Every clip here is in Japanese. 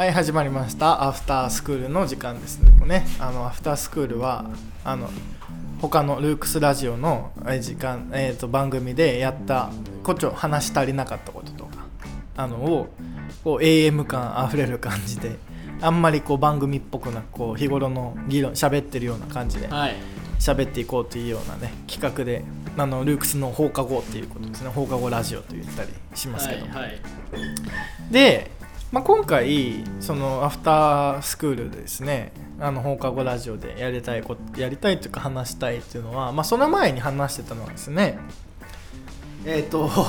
はい、始まりました。アフタースクールの時間ですね。アフタースクールは他のルークスラジオの時間、番組でやった話し足りなかったこととかをこう AM 感あふれる感じで、あんまりこう番組っぽくなく日頃の議論喋ってるような感じで喋っていこうというようなね企画で、ルークスの放課後っていうことですね。放課後ラジオと言ったりしますけども、で今回そのアフタースクールでですね、放課後ラジオでやりたいというか話したいっていうのは、その前に話してたのはですね、 練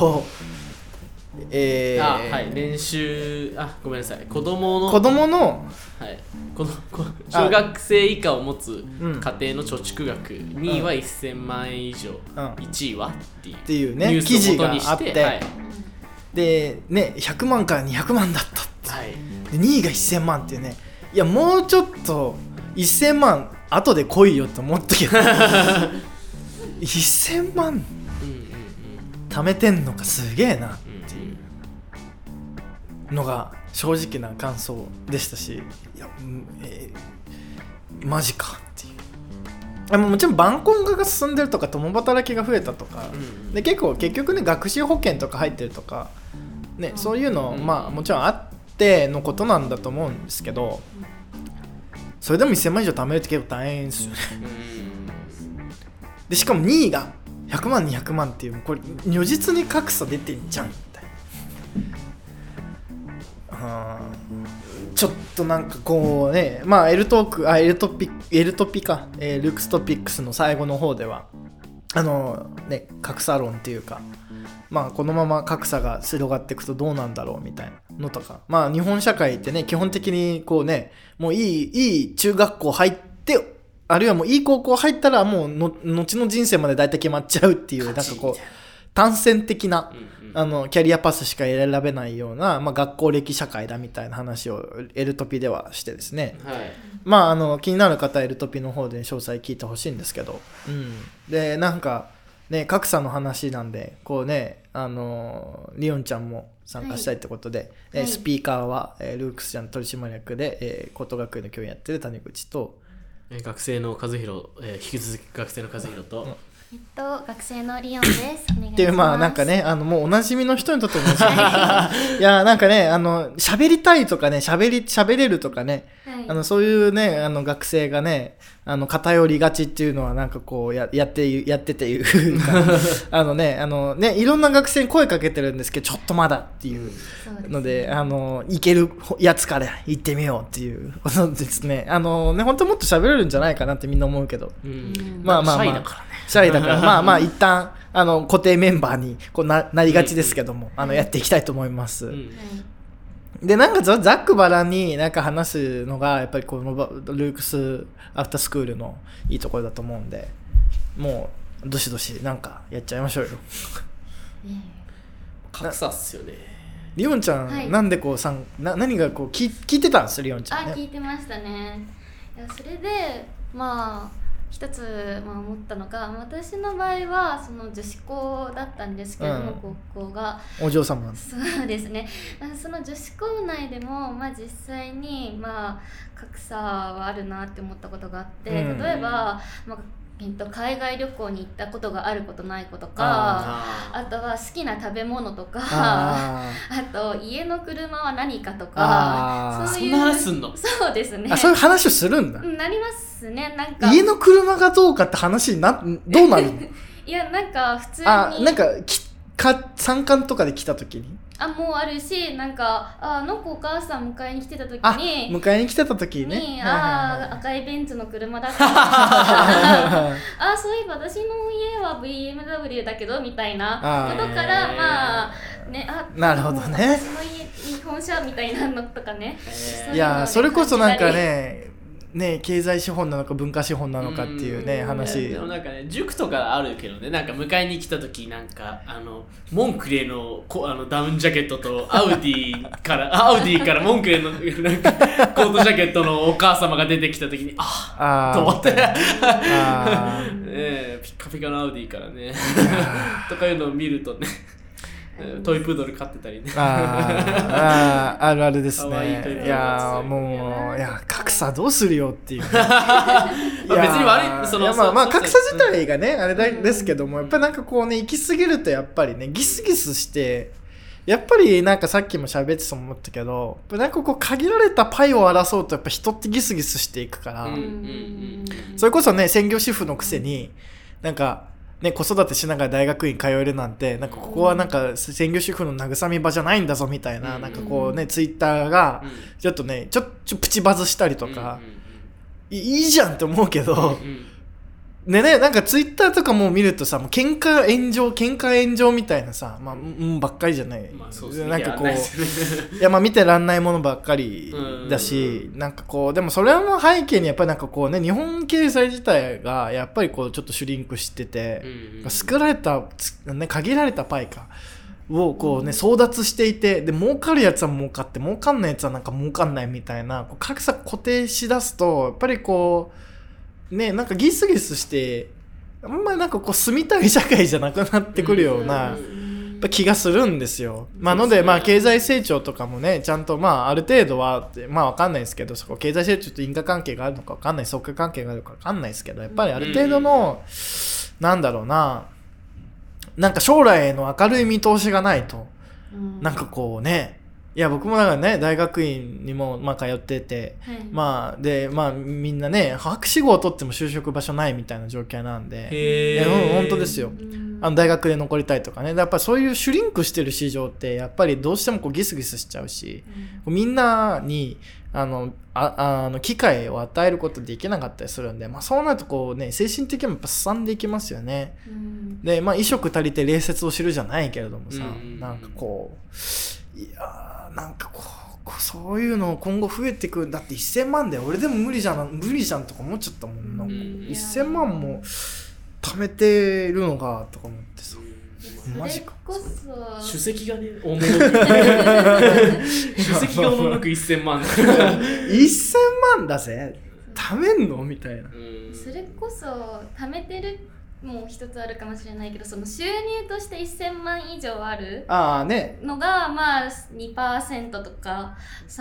習ごめんなさい、子供の小学生以下を持つ家庭の貯蓄額、2位は1000万円以上、1位はっていうね記事があって、でね、100万から200万だったって、で2位が1000万っていうね。いや、もうちょっと1000万後で来いよと思ったけど1000万貯めてんのかすげえなっていうのが正直な感想でしたし、いや、マジかっていう。もちろん晩婚化が進んでるとか共働きが増えたとか、で結局ね、学習保険とか入ってるとかね、そういうのもちろんあってのことなんだと思うんですけど、それでも1000万以上貯めるって結構大変ですよね。でしかも2位が100万200万っていう、これ如実に格差出てんじゃんみたいな。ちょっとなんかこうね、エルトピか、ルークストピックスの最後の方では格差論っていうか、このまま格差が広がっていくとどうなんだろうみたいなのとか、日本社会ってね、基本的にこうね、もういい中学校入って、あるいはもういい高校入ったらもう後の人生まで大体決まっちゃうっていう、なんかこう単線的なキャリアパスしか選べないような、学校歴社会だみたいな話をエルトピではしてですね、気になる方はエルトピの方で詳細聞いてほしいんですけど、でなんかね、格差の話なんでこうね、リオンちゃんも参加したいってことで、スピーカーは、ルークスちゃん取締役で、高等学院の教員やってる谷口と、 学生の和弘、引き続き学生の和弘と、 学生のリオンです。お願いします。 っていうなんかね、もうおなじみの人にとってもいやなんかね、喋りたいとかね、喋れるとかね、そういうね、学生がね、偏りがちっていうのはなんかこうやってていうかいろんな学生に声かけてるんですけど、ちょっとまだっていうので、行けるやつから行ってみようっていうことですね。本当もっと喋れるんじゃないかなってみんな思うけど、 シャイだからね。 シャイだから一旦固定メンバーにこう なりがちですけども、やっていきたいと思います。でなんかざっくばらんになんか話すのがやっぱりこのルークスアフタースクールのいいところだと思うんで、もうどしどしなんかやっちゃいましょうよ。 格差っすよね。 リオンちゃん、なんでこう何がこう聞いてたんですリオンちゃんね。 聞いてましたね。いや、それで一つ思ったのが、私の場合はその女子校だったんですけれども、高校がお嬢様なんです。 そうですね。その女子校内でも実際に格差はあるなって思ったことがあって、例えば海外旅行に行ったことがあることないことか、あとは好きな食べ物とか、あと家の車は何かとか、 そういう話すんの？ そうですね。 そういう話をするんだ。 なりますね。なんか家の車がどうかって話にどうなるの？ いや、なんか普通になんか参観とかで来た時にもうあるし、なんかお母さん迎えに来てた時にね、赤いベンツの車だからそういえば私の家は BMW だけどみたいなことからなるほどね。 私の家日本車みたいなのとかね。 いや、それこそなんかね経済資本なのか文化資本なのかっていうね話。 でもなんかね、塾とかあるけどね、なんか迎えに来た時なんかモンクレーのダウンジャケットとアウディからモンクレーのなんかコートジャケットのお母様が出てきた時にと思ってピカピカのアウディからねとかいうのを見るとね、 トイプードル飼ってたりね。 あるあるです可愛いトイプードルね。いやーもういや格差どうするよっていう、ね、 まあ別に悪いいやまあ格差自体がねあれですけども、やっぱりなんかこうね行き過ぎるとやっぱりねギスギスしてやっぱりなんかさっきも喋ってたと思ったけど、なんかこう限られたパイを争うとやっぱ人ってギスギスしていくから、それこそね専業主婦のくせになんかね子育てしながら大学院通えるなんて、なんかここはなんか専業主婦の慰め場じゃないんだぞみたいな、なんかこうねツイッターがちょっとねちょプチバズしたりとか、いいじゃんって思うけど、でね、なんかツイッターとかも見るとさ、もう喧嘩炎上みたいなさ、まあ、ばっかりじゃない。 まあそうですね、 なんかこう、いやまあ見てらんないものばっかりだし、なんかこう、でもそれも背景にやっぱりなんかこうね、日本経済自体がやっぱりこうちょっとシュリンクしてて、作られた、ね、限られたパイか。をこうね争奪していて、で儲かるやつは儲かって儲かんないやつはなんか儲かんないみたいな、こう格差固定しだすとやっぱりこうねなんかギスギスしてあんまりなんかこう住みたい社会じゃなくなってくるような気がするんですよ。まあのでまあ経済成長とかもねちゃんとまあある程度はまあわかんないですけど、そこ経済成長と因果関係があるのかわかんない、相関関係があるのかわかんないですけど、やっぱりある程度のなんだろうな、なんか将来への明るい見通しがないと、なんかこうね、いや僕もだからね大学院にもまあ通ってて、はい、まあでまあみんなね博士号を取っても就職場所ないみたいな状況なんで、いや本当ですよ。大学で残りたいとかね、やっぱりそういうシュリンクしてる市場ってやっぱりどうしてもこうギスギスしちゃうし、みんなに機会を与えることできなかったりするんで、まあ、そうなるとこうね精神的にもやっぱすさんでいきますよね。でまあ衣食足りて礼節を知るじゃないけれどもさ、なんかこういやなんかこうそういうの今後増えてくる。だって1000万で俺でも無理じゃんとか思っちゃったもん。なんか1000万も貯めてるのかとか思ってさ、マジか。 首席がねおもろく首席がおもろく1000万 1000万だぜ貯めんのみたいな。 それこそ貯めてるもう一つあるかもしれないけど、その収入として1000万以上あるのがまあ 2% とか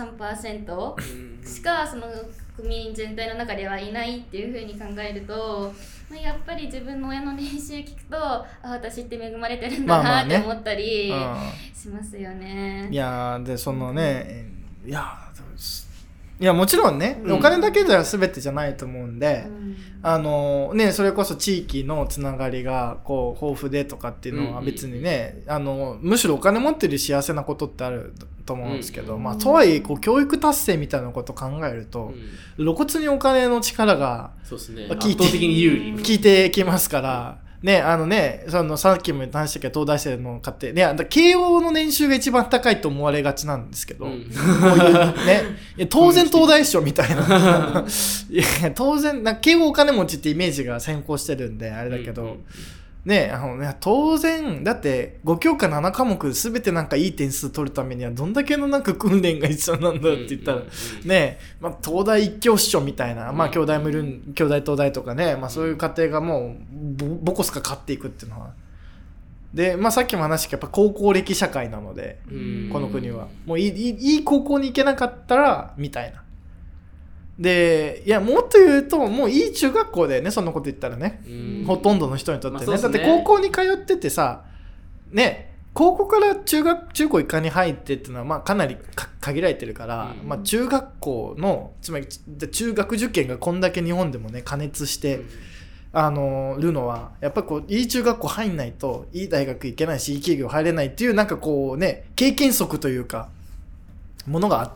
3% しかその国民全体の中ではいないっていう風に考えると、やっぱり自分の親の年収聞くと私って恵まれてるんだなって思ったりしますよね。 いやでそのね、いやもちろんね、お金だけでは全てじゃないと思うんで、ね、それこそ地域のつながりがこう豊富でとかっていうのは別にね、むしろお金持ってる幸せなことってあると思うんですけど、まあとはいえこう教育達成みたいなことを考えると、露骨にお金の力が圧倒的に有利効いてきますから。ね、そのさっきも話したけど東大生の家庭ね、慶応の年収が一番高いと思われがちなんですけど、こういうね、当然東大っしょみたいな。いや当然慶応お金持ちってイメージが先行してるんであれだけど、ね、当然だって5教科7科目全てなんかいい点数取るためにはどんだけのなんか訓練が必要なんだって言ったらね、まあ、東大一教師匠みたいな、まあ兄弟もいる兄弟東大とかね、まあ、そういう家庭がもうボコスカ勝っていくっていうのはで、まあ、さっきも話したけどやっぱ高校歴社会なので、この国はもういい高校に行けなかったらみたいな。でいやもっと言うともういい中学校だよね、そんなこと言ったらね、ほとんどの人にとってね、だって高校に通っててさね、高校から中高一貫に入ってっていうのはまあかなり限られてるから、まあ、中学校のつまり中学受験がこんだけ日本でもね加熱してるのはやっぱりこういい中学校入んないといい大学行けないしいい企業入れないっていうなんかこうね経験則というかものがあって、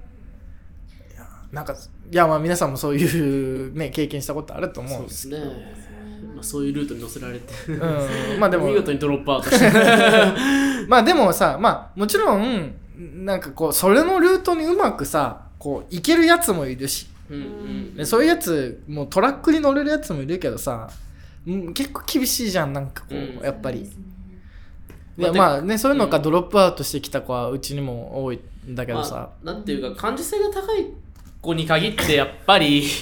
なんかいやまあ皆さんもそういうね経験したことあると思うんですけど、 まあ、そういうルートに乗せられて、 まあでも見事にドロップアウトしてまあでもさ、まあもちろんなんかこうそれのルートにうまくさこう行けるやつもいるし、そういうやつもうトラックに乗れるやつもいるけどさ、結構厳しいじゃんなんかこう、やっぱり。いやまあね、そういうのがドロップアウトしてきた子はうちにも多いんだけどさ、 なんていうか感受性が高い子に限ってやっぱり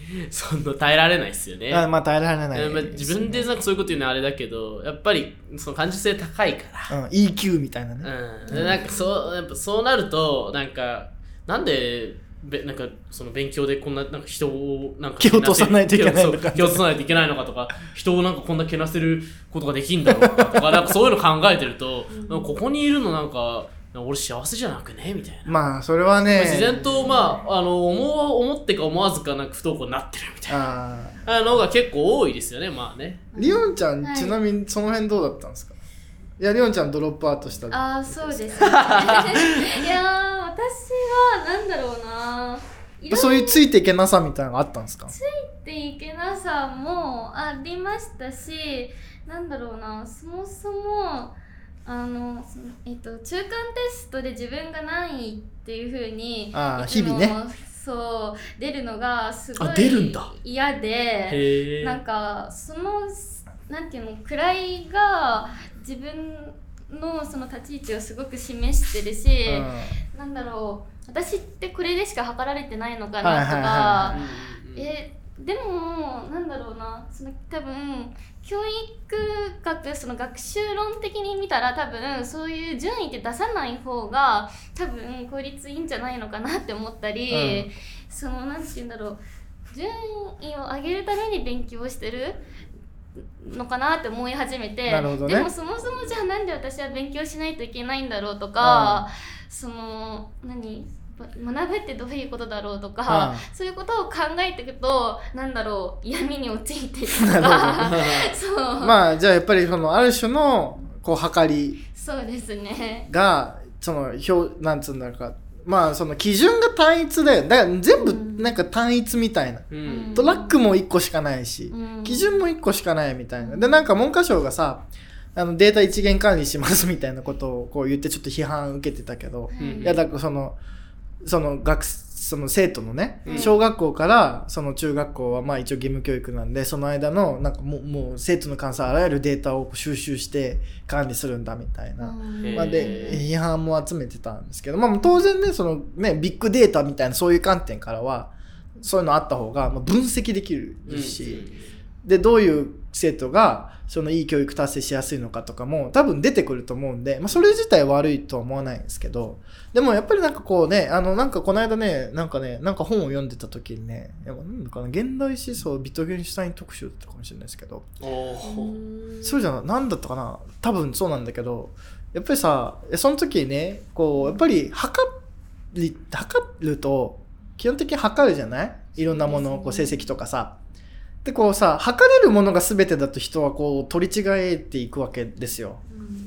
そんな耐えられないですよね。 まあ耐えられないですね、 まあ自分でなんかそういうこと言うのはあれだけど、やっぱりその感受性高いから、 EQ みたいなね、 でなんかやっぱそうなるとなんでなんかその勉強でこんな人をなんか蹴落とさないといけないのか、 蹴落とさないといけないのかとか、人をなんかこんなけなせることができんだろうかとか、なんかそういうの考えてると、ここにいるのなんか俺幸せじゃなくねみたいな。 まあそれはね、 自然と思ってか思わずかなんか不登校になってるみたいなのが結構多いですよね。まあね。 リオンちゃん、ちなみにその辺どうだったんですか？いや、リオンちゃんドロップアウトした。 そうですね。いや私はなんだろうな。 そういうついていけなさみたいなのがあったんですか？ ついていけなさもありましたし、なんだろうな、そもそも中間テストで自分が何位っていう風に日々ねそう出るのがすごい嫌で、なんかそのなんていうの位が自分のその立ち位置をすごく示してるし、なんだろう、私ってこれでしか測られてないのかなとか、でもなんだろうな、その多分教育学、その学習論的に見たら多分そういう順位って出さない方が多分効率いいんじゃないのかなって思ったり、そのなんて言うんだろう、順位を上げるために勉強してるのかなって思い始めて、 なるほどね、 でもそもそもじゃあなんで私は勉強しないといけないんだろうとか、その学ぶってどういうことだろうとか、そういうことを考えていくと、なんだろう、闇に陥っていくとかそうまあじゃあやっぱりそのある種のこう測りそうですねがそのなんつうんだか、まあその基準が単一で、だから全部なんか単一みたいな、トラックも1個しかないし、基準も1個しかないみたいな。でなんか文科省がさ、データ一元管理しますみたいなことをこう言ってちょっと批判受けてたけど、いやだからその生徒のね、小学校からその中学校はまあ一応義務教育なんで、その間のなんかもう生徒の関するあらゆるデータを収集して管理するんだみたいな、で批判も集めてたんですけど、まあ当然ね、そのねビッグデータみたいなそういう観点からはそういうのあった方が分析できるし、でどういう生徒がそのいい教育達成しやすいのかとかも多分出てくると思うんで、まあ、それ自体悪いとは思わないんですけど、でもやっぱりなんかこうね、なんかこの間ね、なんか本を読んでた時にね、なんか現代思想ビトゲンシュタイン特集だったかもしれないですけど、そうじゃなんだったかな、多分そうなんだけど、やっぱりさ、その時にね、こうやっぱり測ると基本的に測るじゃない、いろんなもの、こう成績とかさ。でこうさ、測れるものが全てだと人はこう取り違えていくわけですよ。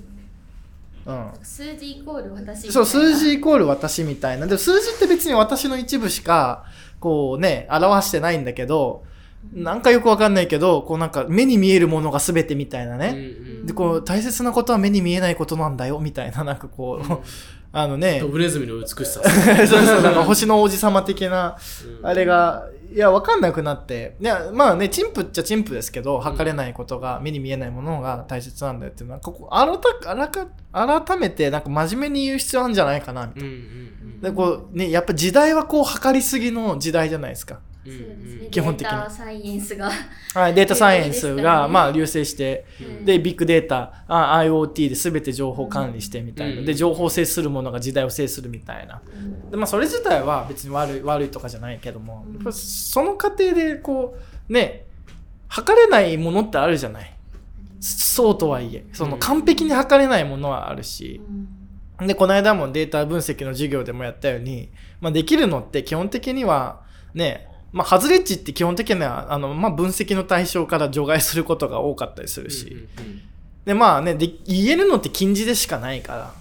数字イコール私みたいな。そう、 数字イコール私みたいな。でも数字って別に私の一部しかこうね表してないんだけど、なんかよくわかんないけど、こうなんか目に見えるものが全てみたいなね。でこう大切なことは目に見えないことなんだよみたいな、なんかこう。ドブネズミの美しさそうなんか星の王子様的なあれが分かんなくなって、いやまあね、陳腐っちゃ陳腐ですけど、測れないことが、目に見えないものが大切なんだよっていうのは、ここ改めてなんか真面目に言う必要あるんじゃないかなみたいな。でこうね、やっぱ時代はこう測りすぎの時代じゃないですか。 そうですね、 基本的にデータサイエンスがデータサイエンスがまあ隆盛して、でビッグデータ、IoT で全て情報管理してみたいな、で情報を制するものが時代を制するみたいな、でまあそれ自体は別に悪いとかじゃないけども、その過程でこうね、測れないものってあるじゃない。そうとはいえ、その完璧に測れないものはあるし、でこの間もデータ分析の授業でもやったように、まあ、できるのって基本的にはね、まあ、外れ値って基本的にはまあ、分析の対象から除外することが多かったりするし、でまあね、言えるのって近似でしかないから、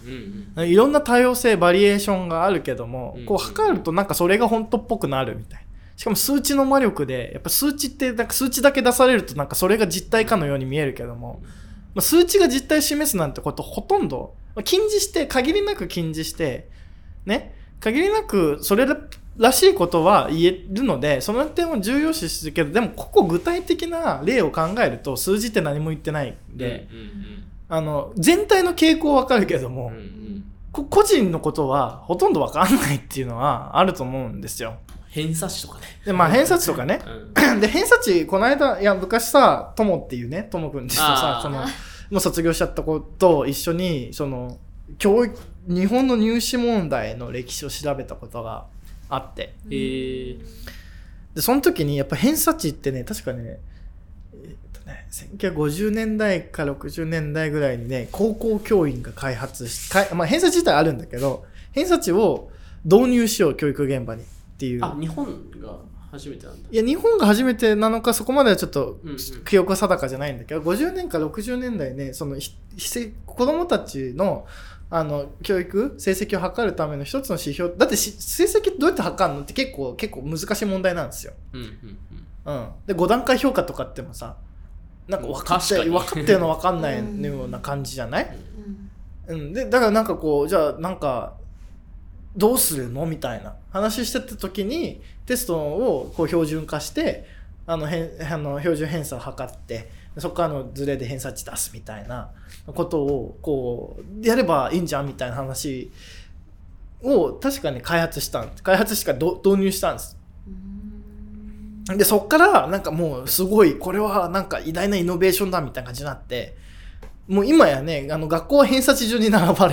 いろんな多様性バリエーションがあるけども、こう測るとなんかそれが本当っぽくなるみたいな。しかも数値の魔力で、やっぱ数値ってなんか数値だけ出されるとなんかそれが実体かのように見えるけども、まあ、数値が実体を示すなんてことほとんど近似して、限りなく近似してね、限りなくそれらしいことは言えるので、その点を重要視するけど、でもここ具体的な例を考えると数字って何も言ってないんで、全体の傾向はわかるけども、個人のことはほとんどわかんないっていうのはあると思うんですよ。 偏差値とかね。 でまあ偏差値とかね、で偏差値この間いや昔さトモっていうねトモくんって人さそのもう卒業しちゃった子と一緒にその日本の入試問題の歴史を調べたことがあって、でその時にやっぱ偏差値ってね確かね、1950年代か60年代ぐらいにね高校教員が開発しまあ、偏差値自体あるんだけど偏差値を導入しよう教育現場にっていう。 あ、日本が初めてなんだ。 いや日本が初めてなのかそこまではちょっと記憶は定かじゃないんだけど、50年か60年代ねその子供たちの教育成績を測るための一つの指標だって成績どうやって測るのって結構難しい問題なんですよ、で5段階評価とかってもさなんか分かってるの分かんないような感じじゃない、でだからなんかこうじゃあなんかどうするのみたいな話してた時にテストをこう標準化して標準偏差を測ってそこからのズレで偏差値出すみたいなことをこうやればいいんじゃんみたいな話を確かに開発した導入したんです。でそっからなんかもうすごいこれはなんか偉大なイノベーションだみたいな感じになってもう今やね学校は偏差値順に並ぶ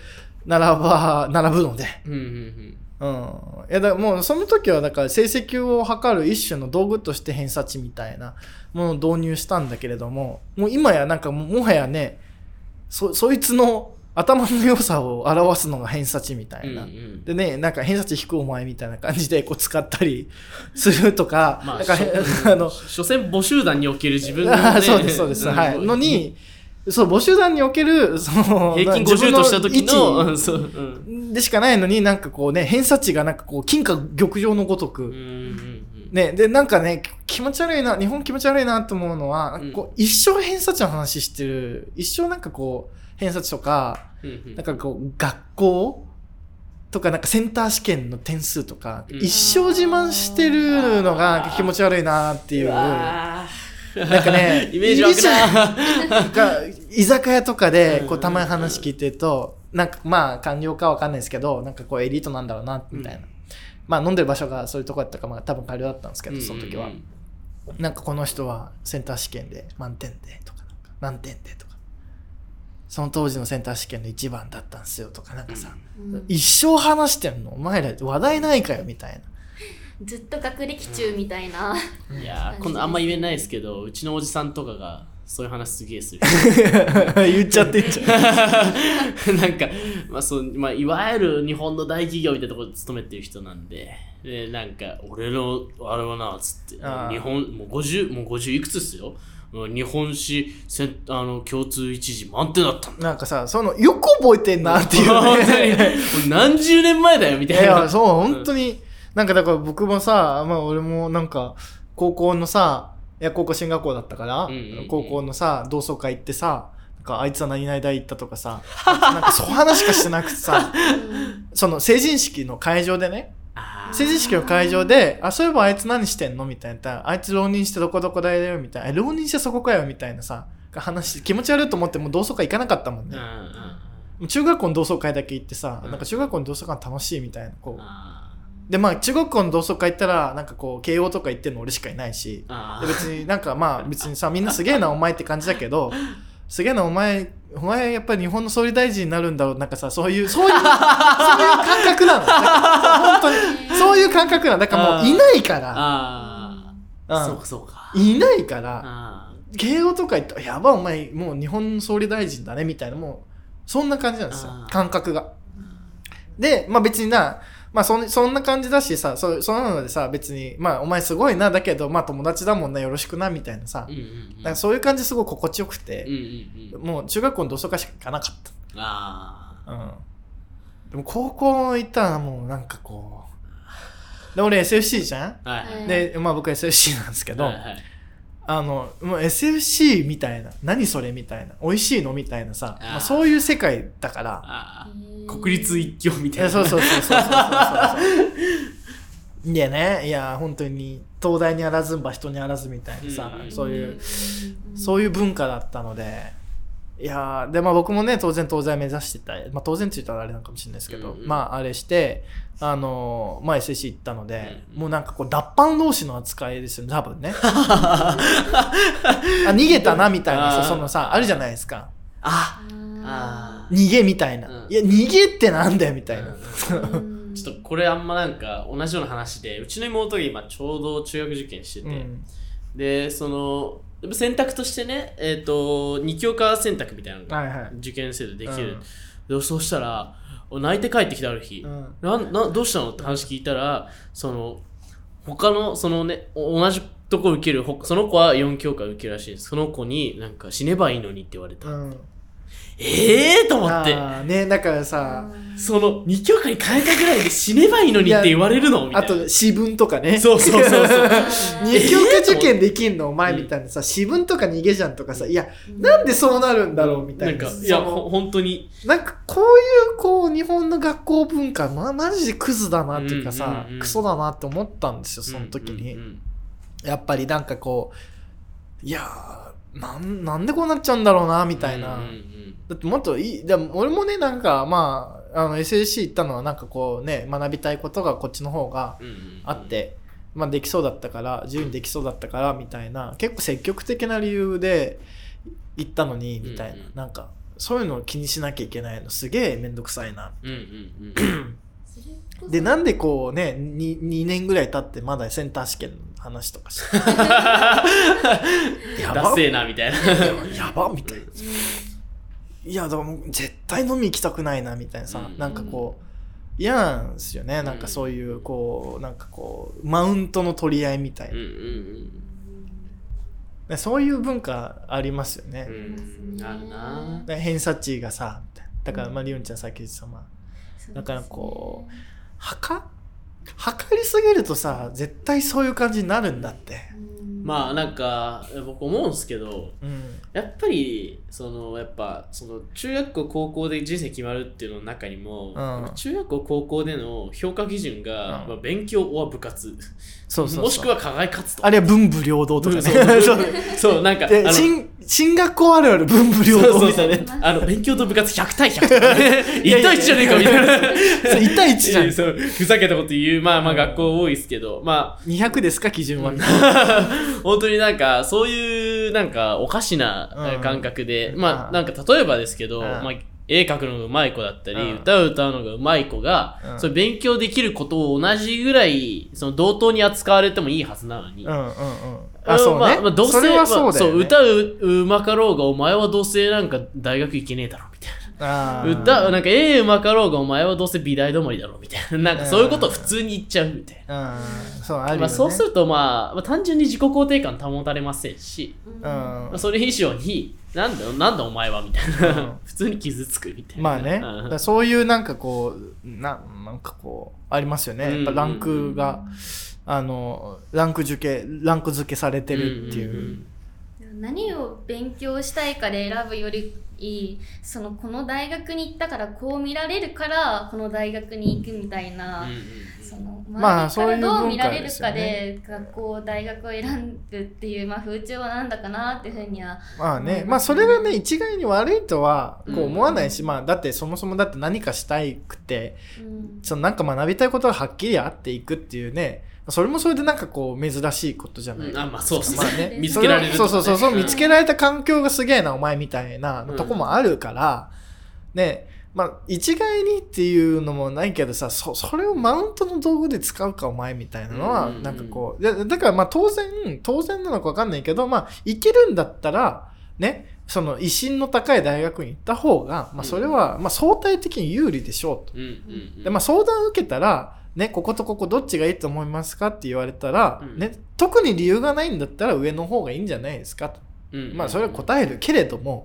ので、いやだもうその時はだから成績を測る一種の道具として偏差値みたいなものを導入したんだけれども、もう今やなんかもはやねそいつの頭の良さを表すのが偏差値みたいな、でねなんか偏差値低くお前みたいな感じでこう使ったりするとか、 まあ、 なんか所詮母集団における自分の、ね、 そうですはいのにそう母集団におけるその平均50とした時のでしかないのになんかこうね偏差値がなんかこう金貨玉上のごとく、ね、でなんかね気持ち悪いな日本気持ち悪いなと思うのは、こう一生偏差値の話してる一生なんかこう偏差値とか、なんかこう学校とかなんかセンター試験の点数とか、一生自慢してるのが気持ち悪いなっていう。なんかね、 イメージ湧くな居酒屋とかでこうたまに話聞いてると、なんかまあ官僚かわかんないですけど、なんかこうエリートなんだろうなみたいな、まあ飲んでる場所がそういうとこだったかまあ多分官僚だったんですけど、その時はなんかこの人はセンター試験で満点でとか何点でとか、その当時のセンター試験の1番だったんですよとかなんかさ、一生話してんのお前ら話題ないかよみたいな。 ずっと学歴中みたいな、 いや今度あんま言えないですけどうちのおじさんとかがそういう話すげえする言っちゃってんじゃんなんか、いわゆる日本の大企業みたいなところで勤めてる人なんで、なんか俺のあれはなつって日本もう50いくつっすよ日本史共通一次満点だったんだ。 なんかさそのよく覚えてんなっていう、 ね、何十年前だよみたいな。いやそう本当に、なんかだから僕もさ、まあ俺もなんか高校のさ、高校進学校だったから、高校のさ同窓会行ってさ、なんかあいつは何々大行ったとかさ、なんかそういう話しかしてなくてさ、その成人式の会場でね、成人式の会場で、そういえばあいつ何してんのみたいな、あいつ浪人してどこどこ大だよみたいな、浪人してそこかよみたいなさ話、気持ち悪いと思ってもう同窓会行かなかったもんね。中学校の同窓会だけ行ってさ、なんか中学校の同窓会楽しいみたいなこう。でまあ中学校の同窓会行ったらなんかこう慶応とか行ってるの俺しかいないし、で別になんかまあ別にさみんなすげえなお前って感じだけど、すげえなお前やっぱり日本の総理大臣になるんだろう、なんかさそういう感覚なの。本当にそういう感覚なの。だからもういないから、 そうかいないから慶応とか行ったらやばお前もう日本の総理大臣だねみたいな、もうそんな感じなんですよ感覚が。でまあ別にまあそんな感じだしさ、そんなのでさ別にまあお前すごいなだけどまあ友達だもんなよろしくなみたいなさ、なんかそういう感じすごい心地よくて、もう中学校の同窓会しか行かなかった。でも高校行ったらもうなんかこうで俺 SFC じゃん、でまあ僕 SFC なんですけど、もう SFC みたいな何それみたいな美味しいのみたいなさ、まあ、そういう世界だから国立一強みたいな。 そういやね、いや本当に東大にあらずんば人にあらずみたいなさ、そういう文化だったので、 いやでまあ僕もね当然東西目指してた、まあ当然って言ったらあれなんかもしれないですけど、まああれしてまあ SSC 行ったので、もうなんかこう脱藩同士の扱いですよね多分ねあ逃げたなみたいなそのさあるじゃないですか、逃げみたいな、いや逃げってなんだよみたいな、 ちょっとこれあんまなんか同じような話で、うちの妹が今ちょうど中学受験してて、でその選択としてね、2教科選択みたいなのが受験生でできる、そうしたら泣いて帰ってきたある日、どうしたのって話聞いたら、その他のそのね同じとこ受けるその子は4教科受けるらしいです。その子になんか死ねばいいのにって言われた、と思ってね、だからさその2教科に変えたぐらいで死ねばいいのにって言われるのみたいな。 あと私文とかね、 そう2教科受験できんのお前みたいなさ、私文とか逃げじゃんとかさ、いやなんでそうなるんだろうみたいな、 なんかいや本当になんかこういうこう日本の学校文化マジでクズだなっていうかさ、クソだなって思ったんですよその時に、やっぱりなんかこういやなんでこうなっちゃうんだろうなみたいな、だってもっとでも俺もねなんかまあSSC 行ったのはなんかこうね学びたいことがこっちの方があって、まあできそうだったから自由にできそうだったからみたいな結構積極的な理由で行ったのにみたいな、なんかそういうのを気にしなきゃいけないのすげえめんどくさいな、でなんでこうね 2年ぐらい経ってまだセンター試験の話とかしてやばっせーなみたいなやばみたいな、いやでも絶対飲み行きたくないなみたいなさ、なんかこう嫌なんですよね、なんかそういうこうなんかこうマウントの取り合いみたいな、そういう文化ありますよね、 あるな。 偏差値がさだからまあリオンちゃんさっき言ってた、だからこう測りすぎるとさ絶対そういう感じになるんだって、 まあなんか僕思うんですけど、やっぱりやっぱ中学校高校で人生決まるっていうのの中にも、中学校高校での評価基準が、まあ、勉強は部活もしくは課外活動、 あれは文武両道とかね、 そうなんか進学校あるある文武両道みたいな、 勉強と部活100対100とかね1対1じゃねえかみたいな 1対1じゃんそうふざけたこと言うまあ学校多いですけど、まあ 200ですか基準は、 本当になんかそういうなんかおかしな感覚で、まあなんか例えばですけど、まあ絵描くのが上手い子だったり、歌を歌うのが上手い子が、それ勉強できることを同じぐらい同等に扱われてもいいはずなのに、 そうね、 まあどうせそれはそうだよね、 歌うまかろうがお前はどうせなんか大学行けねえだろみたいな、なんか絵うまかろうがお前はどうせ美大止まりだろみたいな、なんかそういうことを普通に言っちゃうみたいな、 そうあるよね、 まあそうするとまあ単純に自己肯定感保たれませんし、それ以上になんだお前はみたいな、普通に傷つくみたいな、 まあね、だそういうなんかこうなんかこうありますよね、やっぱランクがランク付けされてるっていう、 何を勉強したいかで選ぶよりこの大学に行ったからこう見られるからこの大学に行くみたいな、周りからどう見られるかで学校大学を選ぶっていう、まあ、風潮はなんだかなっていうふうにはまあね、まあそれがね一概に悪いとはこう思わないし、まあだってそもそもだって何かしたいくて、なんか学びたいことがはっきりあっていくっていうね、それもそれでなんかこう珍しいことじゃない、 まあそうですね、 見つけられるとかね、 そう見つけられた環境がすげえなお前みたいなとこもあるからね、まあ一概にっていうのもないけどさ、それをマウントの道具で使うかお前みたいなのはなんかこう、だからまあ当然なのか分かんないけど、まあいけるんだったらね、その威信の高い大学に行った方が、まあそれはまあ相対的に有利でしょうと、でまあ相談を受けたらね、こことここどっちがいいと思いますかって言われたら、ね、特に理由がないんだったら上の方がいいんじゃないですかと、まあそれは答えるけれども、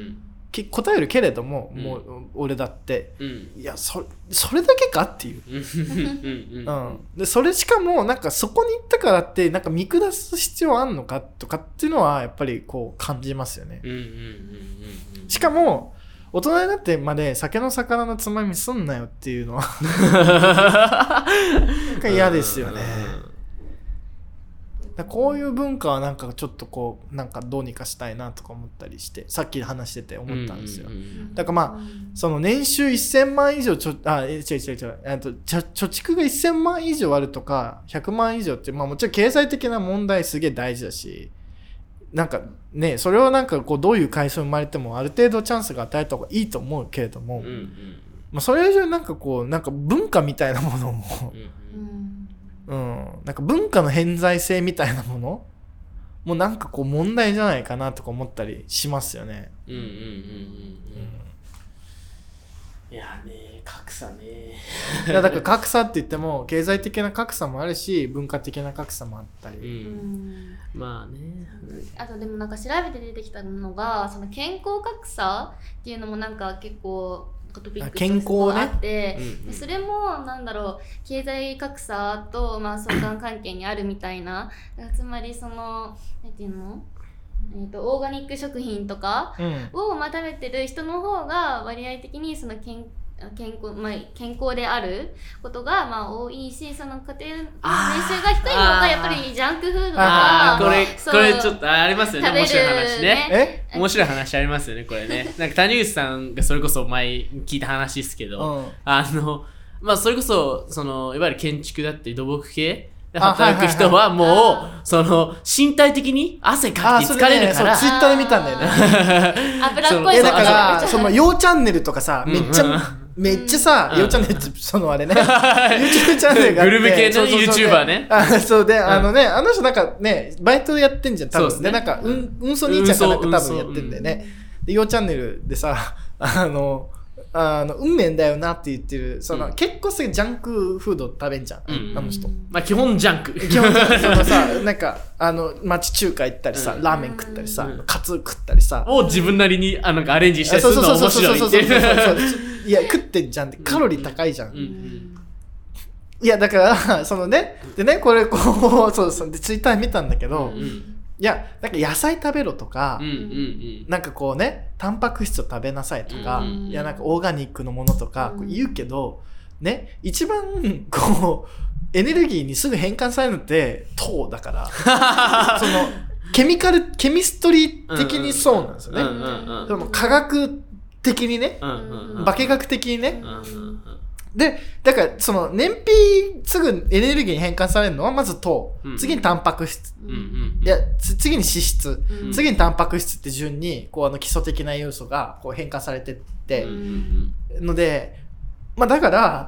もう俺だって、いやそれだけかっていう、でそれしかもなんかそこに行ったからってなんか見下す必要あんのかとかっていうのはやっぱりこう感じますよね。しかも大人になってまで酒の魚のつまみすんなよっていうのはなんか嫌ですよね。 だこういう文化はなんかちょっとこうなんかどうにかしたいなとか思ったりして、さっき話してて思ったんですよ。だからまあその年収1000万以上貯蓄が1000万以上あるとか100万以上って、まあもちろん経済的な問題すげえ大事だし、なんかね、それをなんかこうどういう階層生まれてもある程度チャンスが与えた方がいいと思うけれども、まあ、それ以上なんかこうなんか文化みたいなものもなんか文化の偏在性みたいなものもなんかこう問題じゃないかなとか思ったりしますよね。 いやね、格差ね。 いやだから格差って言っても経済的な格差もあるし文化的な格差もあったり、 まあね。 あとでもなんか調べて出てきたのがその健康格差っていうのもなんか結構トピックとしてあって、それもなんだろう、経済格差とまあ相関関係にあるみたいな、つまりその何ていうの、オーガニック食品とかをまあ食べてる人の方が割合的にその健康であることがまあ多いし、その家庭の年収が低い方がやっぱりジャンクフードとかこれちょっとありますよね、面白い話ね。面白い話ありますよねこれね。なんか谷口さんがそれこそ前聞いた話ですけど、まあそれこそそのいわゆる建築だって土木系で働く人はもうその身体的に汗かいて疲れるから、 ツイッターで見たんだよね。 脂っこい。 だからそのようチャンネルとかさ、めっちゃさ、ようチャンネルってそのあれね、YouTube チャンネルがあって、 グルメ系の YouTuber ね。 そうで、あの人なんかね、バイトやってんじゃん、多分。で、なんか、運送兄ちゃんかなんか多分やってんだよね。で、ようチャンネルでさ、運命だよなって言ってる、その、結構すぐジャンクフード食べんじゃん、あの人。 まあ基本ジャンク。 基本そのさ、なんか、町中華行ったりさ、ラーメン食ったりさ、カツ食ったりさ。 を自分なりになんかアレンジしたりするの面白いっていう。 いや、食ってんじゃんって、カロリー高いじゃん。いや、だから、そのね、でね、これこう、そう、で、ツイッター見たんだけど、いや、なんか野菜食べろとか、なんかこうね、タンパク質を食べなさいとか、いや、なんかオーガニックのものとか言うけど、ね、一番、こう、エネルギーにすぐ変換されるのって、糖だから、その、ケミストリー的にそうなんですよね。でも科学的にね、化学的にね。で、だから、その、燃費すぐエネルギーに変換されるのは、まず糖。次にタンパク質。いや、次に脂質。次にタンパク質って順に、こう、基礎的な要素が、こう、変換されてって、ので、まあ、だから、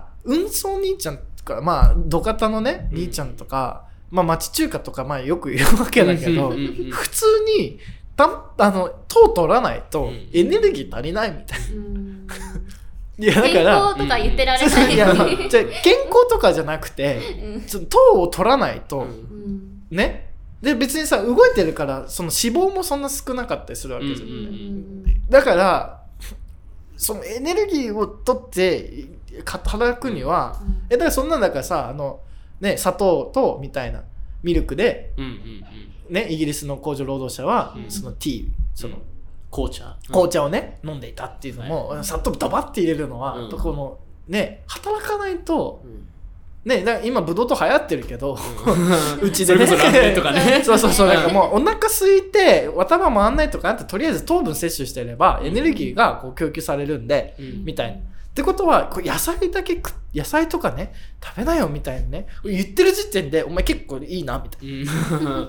運送兄ちゃんとか、まあ、土方のね、兄ちゃんとか、まあ、町中華とか、まあ、よく言うわけだけど、普通に、糖取らないと、エネルギー足りないみたいな。いやだから健康とか言ってられない。 いや、じゃ健康とかじゃなくて、糖を取らないと、ね。で、別にさ、動いてるから、その脂肪もそんな少なかったりするわけですよね。だから、そのエネルギーを取って働くには、だからそんなんだからさ、ね、砂糖とみたいなミルクで、ね、イギリスの工場労働者は、そのティー、その、紅茶をね、飲んでいたっていうのも、砂糖ドバって入れるのは、この、ね、働かないと、ね、だから今ブドウ糖流行ってるけど、うちでね、 それこそラーメンとかね。 そう、なんかもうお腹空いて、頭回んないとかあって、とりあえず糖分摂取してれば、エネルギーがこう供給されるんで、みたいな。ってことは、こう野菜とかね、食べなよみたいなね、言ってる時点で、お前結構いいな、みたいな。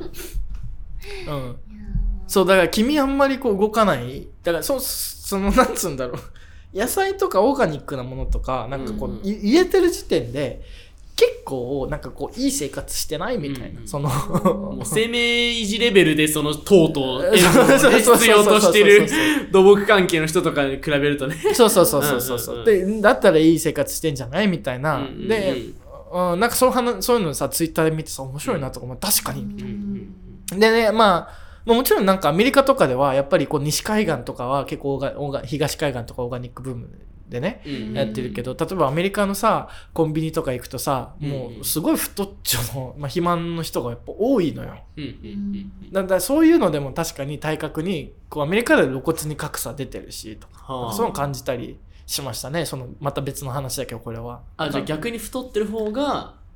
そう、だから君あんまりこう動かない。だからその、なんつうんだろう。野菜とかオーガニックなものとか、なんかこう、言えてる時点で、結構、なんかこう、いい生活してないみたいな。その、 もう生命維持レベルでその糖と塩分を必要としてる土木関係の人とかに比べるとね。 そう。で、だったらいい生活してんじゃないみたいな。で、なんかそういうのさ、ツイッターで見てさ、面白いなとか、確かに、みたいな。でね、まあ、もちろんなんかアメリカとかではやっぱりこう西海岸とかは結構東海岸とかオーガニックブームでね、やってるけど、例えばアメリカのさコンビニとか行くとさ、もうすごい太っちょの、肥満の人がやっぱ多いのよ。だからそういうのでも確かに体格にこうアメリカで露骨に格差出てるしとか、そういうの感じたりしましたね。そのまた別の話だけどこれは。 じゃあ逆に太ってる方が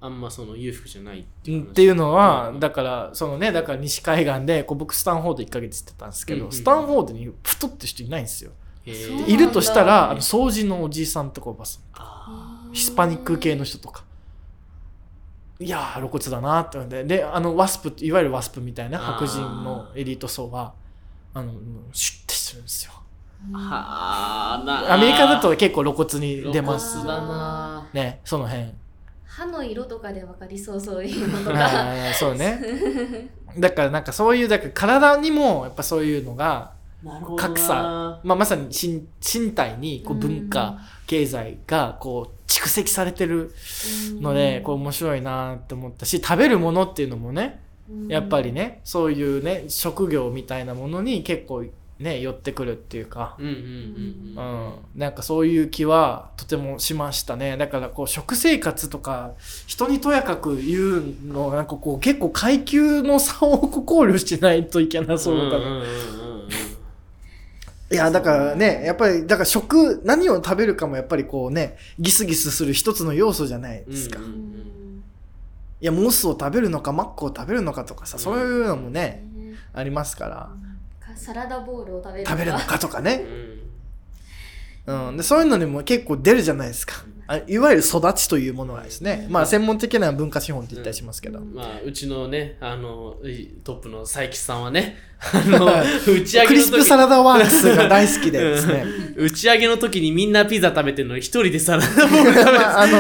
あんまその裕福じゃないっていう話っていうのは、 うんだからそのね、だから西海岸でこう僕スタンフォード1ヶ月行ってたんですけど、 うんスタンフォードに太ってる人いないんですよ。 へそうーいるとしたら掃除のおじいさんとかおばさん、 あヒスパニック系の人とか、いやー露骨だなって思ってでワスプいわゆるワスプみたいな白人のエリート層はもうシュッてしてるんですよ。 ーはあアメリカだと結構露骨に出ます露骨だなね、その辺。 歯の色とかで分かりそう、そういうのとか。 あーそうね。だからなんかそういうだから体にもやっぱそういうのがなるほどな格差、まさに身体にこう文化、経済がこう蓄積されてるので、こう面白いなって思ったし、食べるものっていうのもね、やっぱりね、そういうね職業みたいなものに結構ね寄ってくるっていうか、 うんうんうんうんなんかそういう気はとてもしましたね。だからこう食生活とか人にとやかく言うのなんかこう結構階級の差を考慮してないといけなそうだな。 んんんんいやだからね、やっぱりだから何を食べるかもやっぱりこうねギスギスする一つの要素じゃないですか。 うんうんいやモスを食べるのかマックを食べるのかとかさ、そういうのもね、ありますからサラダボールを食べる食べるのかとかね、 うんでそういうのにも結構出るじゃないですか。いわゆる育ちというものがですね、まあ専門的な文化資本って言ったりしますけど、 まあうちのねトップの佐伯さんはね打ち上げの時クリスプサラダワークスが大好きでですね打ち上げの時にみんなピザ食べてるのに一人でサラダボール食べて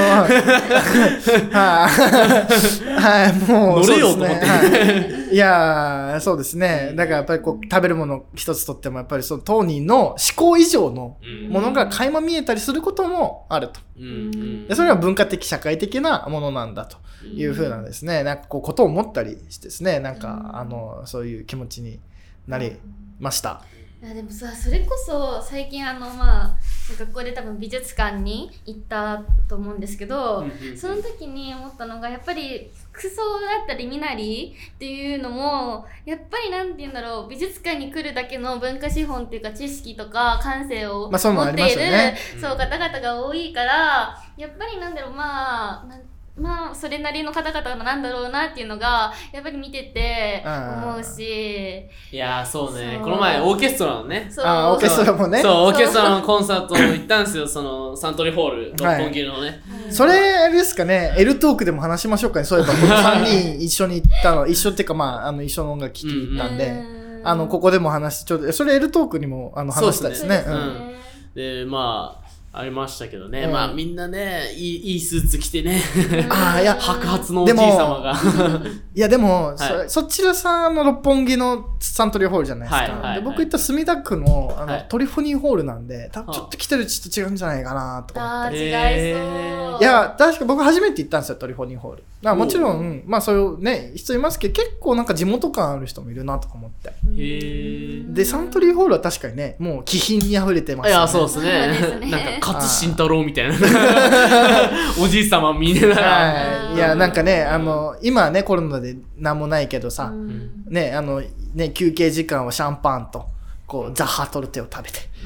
はいもう乗れようと思ってそうですねはいいやーそうですね。だからやっぱりこう食べるもの一つとってもやっぱりその当人の思考以上のものが垣間見えたりすることもあると。でそれは文化的社会的なものなんだというふうなですね、なんかこうことを思ったりしてですね、なんかそういう気持ちになりました。 いやでもさ、それこそ最近学校で多分美術館に行ったと思うんですけど、その時に思ったのがやっぱり服装だったり身なりっていうのもやっぱりなんて言うんだろう、美術館に来るだけの文化資本っていうか知識とか感性を持そういうのありまっている、 すよねそう方々が多いからやっぱりなんだろう、それなりの方々なんだろうなっていうのがやっぱり見てて思うし、 いやーそうね、 そうこの前オーケストラのねそうオーケストラもね。 そうオーケストラのコンサート行ったんですよそのサントリーホール六本木のね、 それあれですかね、L トークでも話しましょうかね。そういえばこの3人一緒に行ったの、一緒っていうか一緒の音楽聴きに行ったんで、ここでもそれ L トークにも話したですね。 でありましたけどね、みんなねいいスーツ着てねいや白髪のおじい様がいやでも、 はいそちらさんの六本木のサントリーホールじゃないですか、 はいはいはいで僕行った墨田区の、 はいトリフォニーホールなんで多分ちょっと来てるちょっと違うんじゃないかなとか思って、 違いそう。 いや確か僕初めて行ったんですよトリフォニーホール。だからもちろんそういうね人いますけど結構なんか地元感ある人もいるなとか思って、 へえでサントリーホールは確かにねもう気品にあふれてますいよね。 やそうですそうですねねなんか勝新太郎みたいなおじい様見ながら、 はい、いやなんかね今はねコロナでなんもないけどさ、ね休憩時間はシャンパンとこうザッハトルテを食べてシ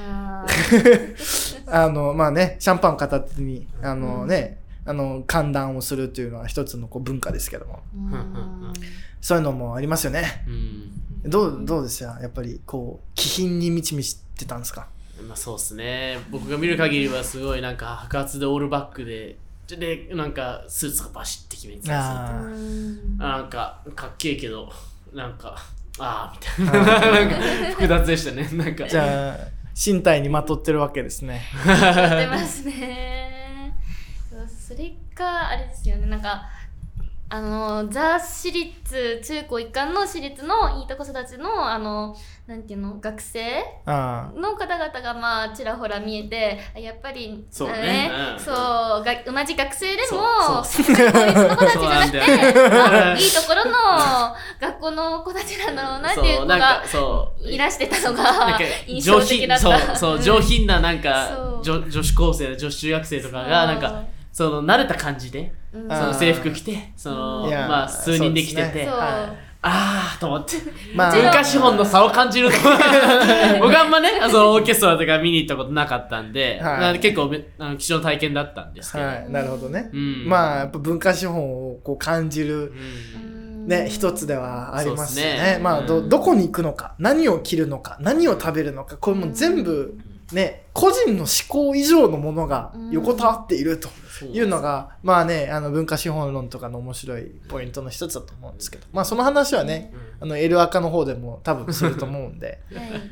ャンパン片手に歓談をするというのは一つのこう文化ですけども、そういうのもありますよね。どうですよやっぱりこう気品に満ち満ちてたんですか。 そうですね、僕が見る限りはすごいなんか白髪でオールバックでなんかスーツがバシッて決めてたんですよ。なんかかっけえけどなんかみたいななんか複雑でしたね。なんかじゃあ身体にまとってるわけですね。 やってますね。それかあれですよね、なんかザ私立中高一貫の私立のいいとこ育ちのなんていうの学生の方々がちらほら見えてやっぱりそうね、 同じ学生でもこいつの子たちじゃなくていいところの学校の子たちなんだろうなっていう子がいらしてたのが印象的だった。 そう上品ななんか女子高生女子中学生とかがなんか慣れた感じでその制服着て数人で来てて、 と思って。 まあ文化資本の差を感じると思う。僕あんまね、そのオーケストラとか見に行ったことなかったんで、結構貴重な体験だったんですけど。 なるほどね。まあやっぱ文化資本をこう感じる、ね、一つではありますよね。まあどこに行くのか、何を着るのか、何を食べるのか、これも全部ね、個人の思考以上のものが横たわっているというのが、まあね、文化資本論とかの面白いポイントの一つだと思うんですけど、まあその話はね、エルアカの方でも多分すると思うんで、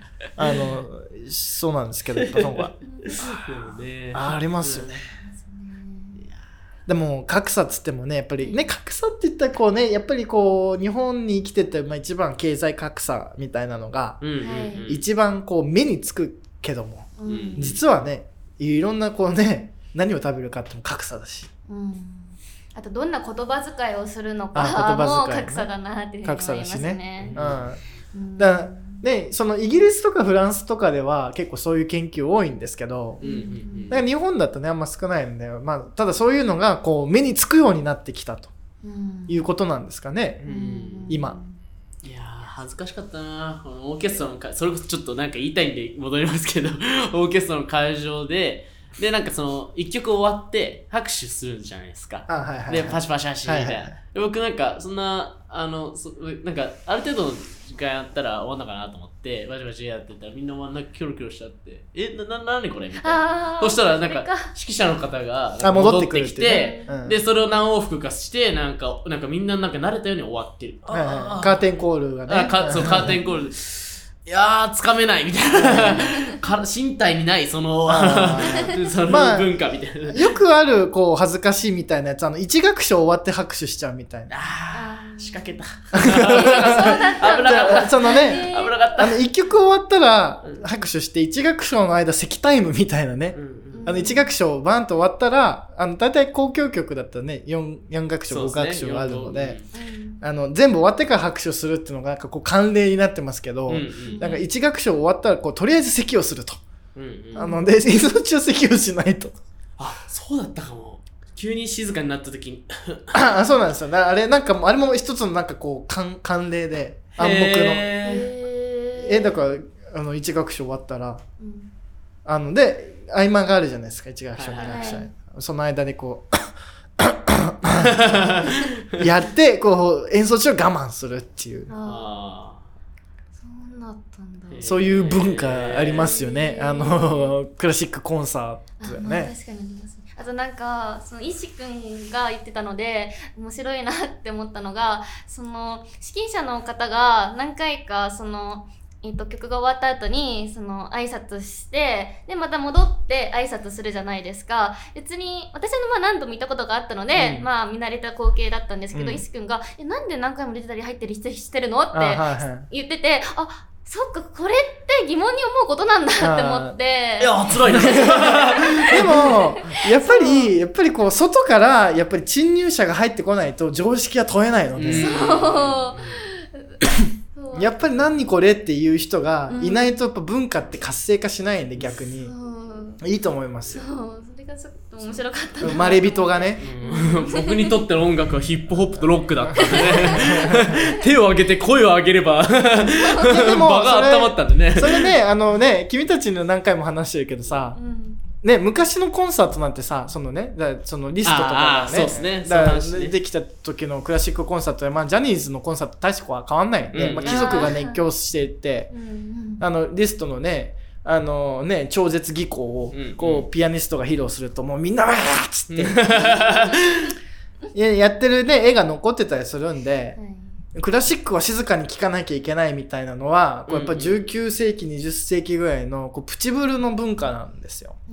そうなんですけど、やっぱそのがありますよね。でも格差っつってもね、やっぱりね、格差って言ったらこうね、やっぱりこう日本に生きてて、まあ、一番経済格差みたいなのが、一番こう目につくけども、実はね、いろんなこうね、何を食べるかっても格差だし、 あとどんな言葉遣いをするのかも格差だなっていうふうに思いますね。 だからね、そのイギリスとかフランスとかでは結構そういう研究多いんですけど、だから日本だとねあんま少ないんで、まあ、ただそういうのがこう目につくようになってきたということなんですかね、今。 いや恥ずかしかったな。オーケストラのそれこそちょっとなんか言いたいんで戻りますけどオーケストラの会場でなんかその一曲終わって拍手するんじゃないですか。でパシパシパシみたいな。僕なんかそんななんかある程度の時間やったら終わんのかなと思ってバチバチやってたらみんななんかキョロキョロしちゃって何これみたいな。そしたらなんか指揮者の方が戻ってきて、でそれを何往復かしてなんかみんななんか慣れたように終わってる。 カーテンコールがね。 そうカーテンコールで。いやーつかめないみたいな身体にないその文化みたいな、 よくあるこう恥ずかしいみたいなやつ、一楽章終わって拍手しちゃうみたいな。 仕掛けた。 危なかった。そのね、 危なかった。 一曲終わったら拍手して一楽章の間席タイムみたいなね。一楽章バンと終わったらだいたい交響曲だったらね 4楽章5楽章があるので、全部終わってから拍手するっていうのがなんかこう慣例になってますけど、なんか一楽章終わったらこうとりあえず席をすると、で演奏中席をしないと。 そうだったかも。急に静かになった時にそうなんですよ。あれなんかあれも一つのなんかこう慣例で暗黙のだから一楽章終わったら、で合間があるじゃないですか、一楽章二楽章、その間でこうやってこう演奏中は我慢するっていう。 そうなったんだ。 そういう文化ありますよね。クラシックコンサートだよね。 確かにありますね。あとなんかその石くんが言ってたので面白いなって思ったのが、その指揮者の方が何回かその曲が終わった後にその挨拶してでまた戻って挨拶するじゃないですか。別に私は何度も見たことがあったので、まあ見慣れた光景だったんですけど、石くんがなんで何回も出てたり入ったりしてるのって言ってて、そっかこれって疑問に思うことなんだって思って。 いや辛いなでもやっぱりこう外からやっぱり侵入者が入ってこないと常識は問えないので、やっぱり何これっていう人がいないとやっぱ文化って活性化しないんで、逆にいいと思いますよ。 それがちょっと面白かった。 生まれ人がね、 僕にとっての音楽はヒップホップとロックだったんでね手を挙げて声を上げれば場が温まったんでね。 それね君たちの何回も話してるけどさ、ね、昔のコンサートなんてさ、そのね、そのリストとかがね、できた時のクラシックコンサートで、まあジャニーズのコンサート大して変わんないんで、まあ貴族が熱狂していて、リストのね、超絶技巧をこうピアニストが披露するともうみんなわーっつってやってるね絵が残ってたりするんで、クラシックは静かに聴かなきゃいけないみたいなのはこうやっぱ19世紀20世紀ぐらいのこうプチブルの文化なんですよ。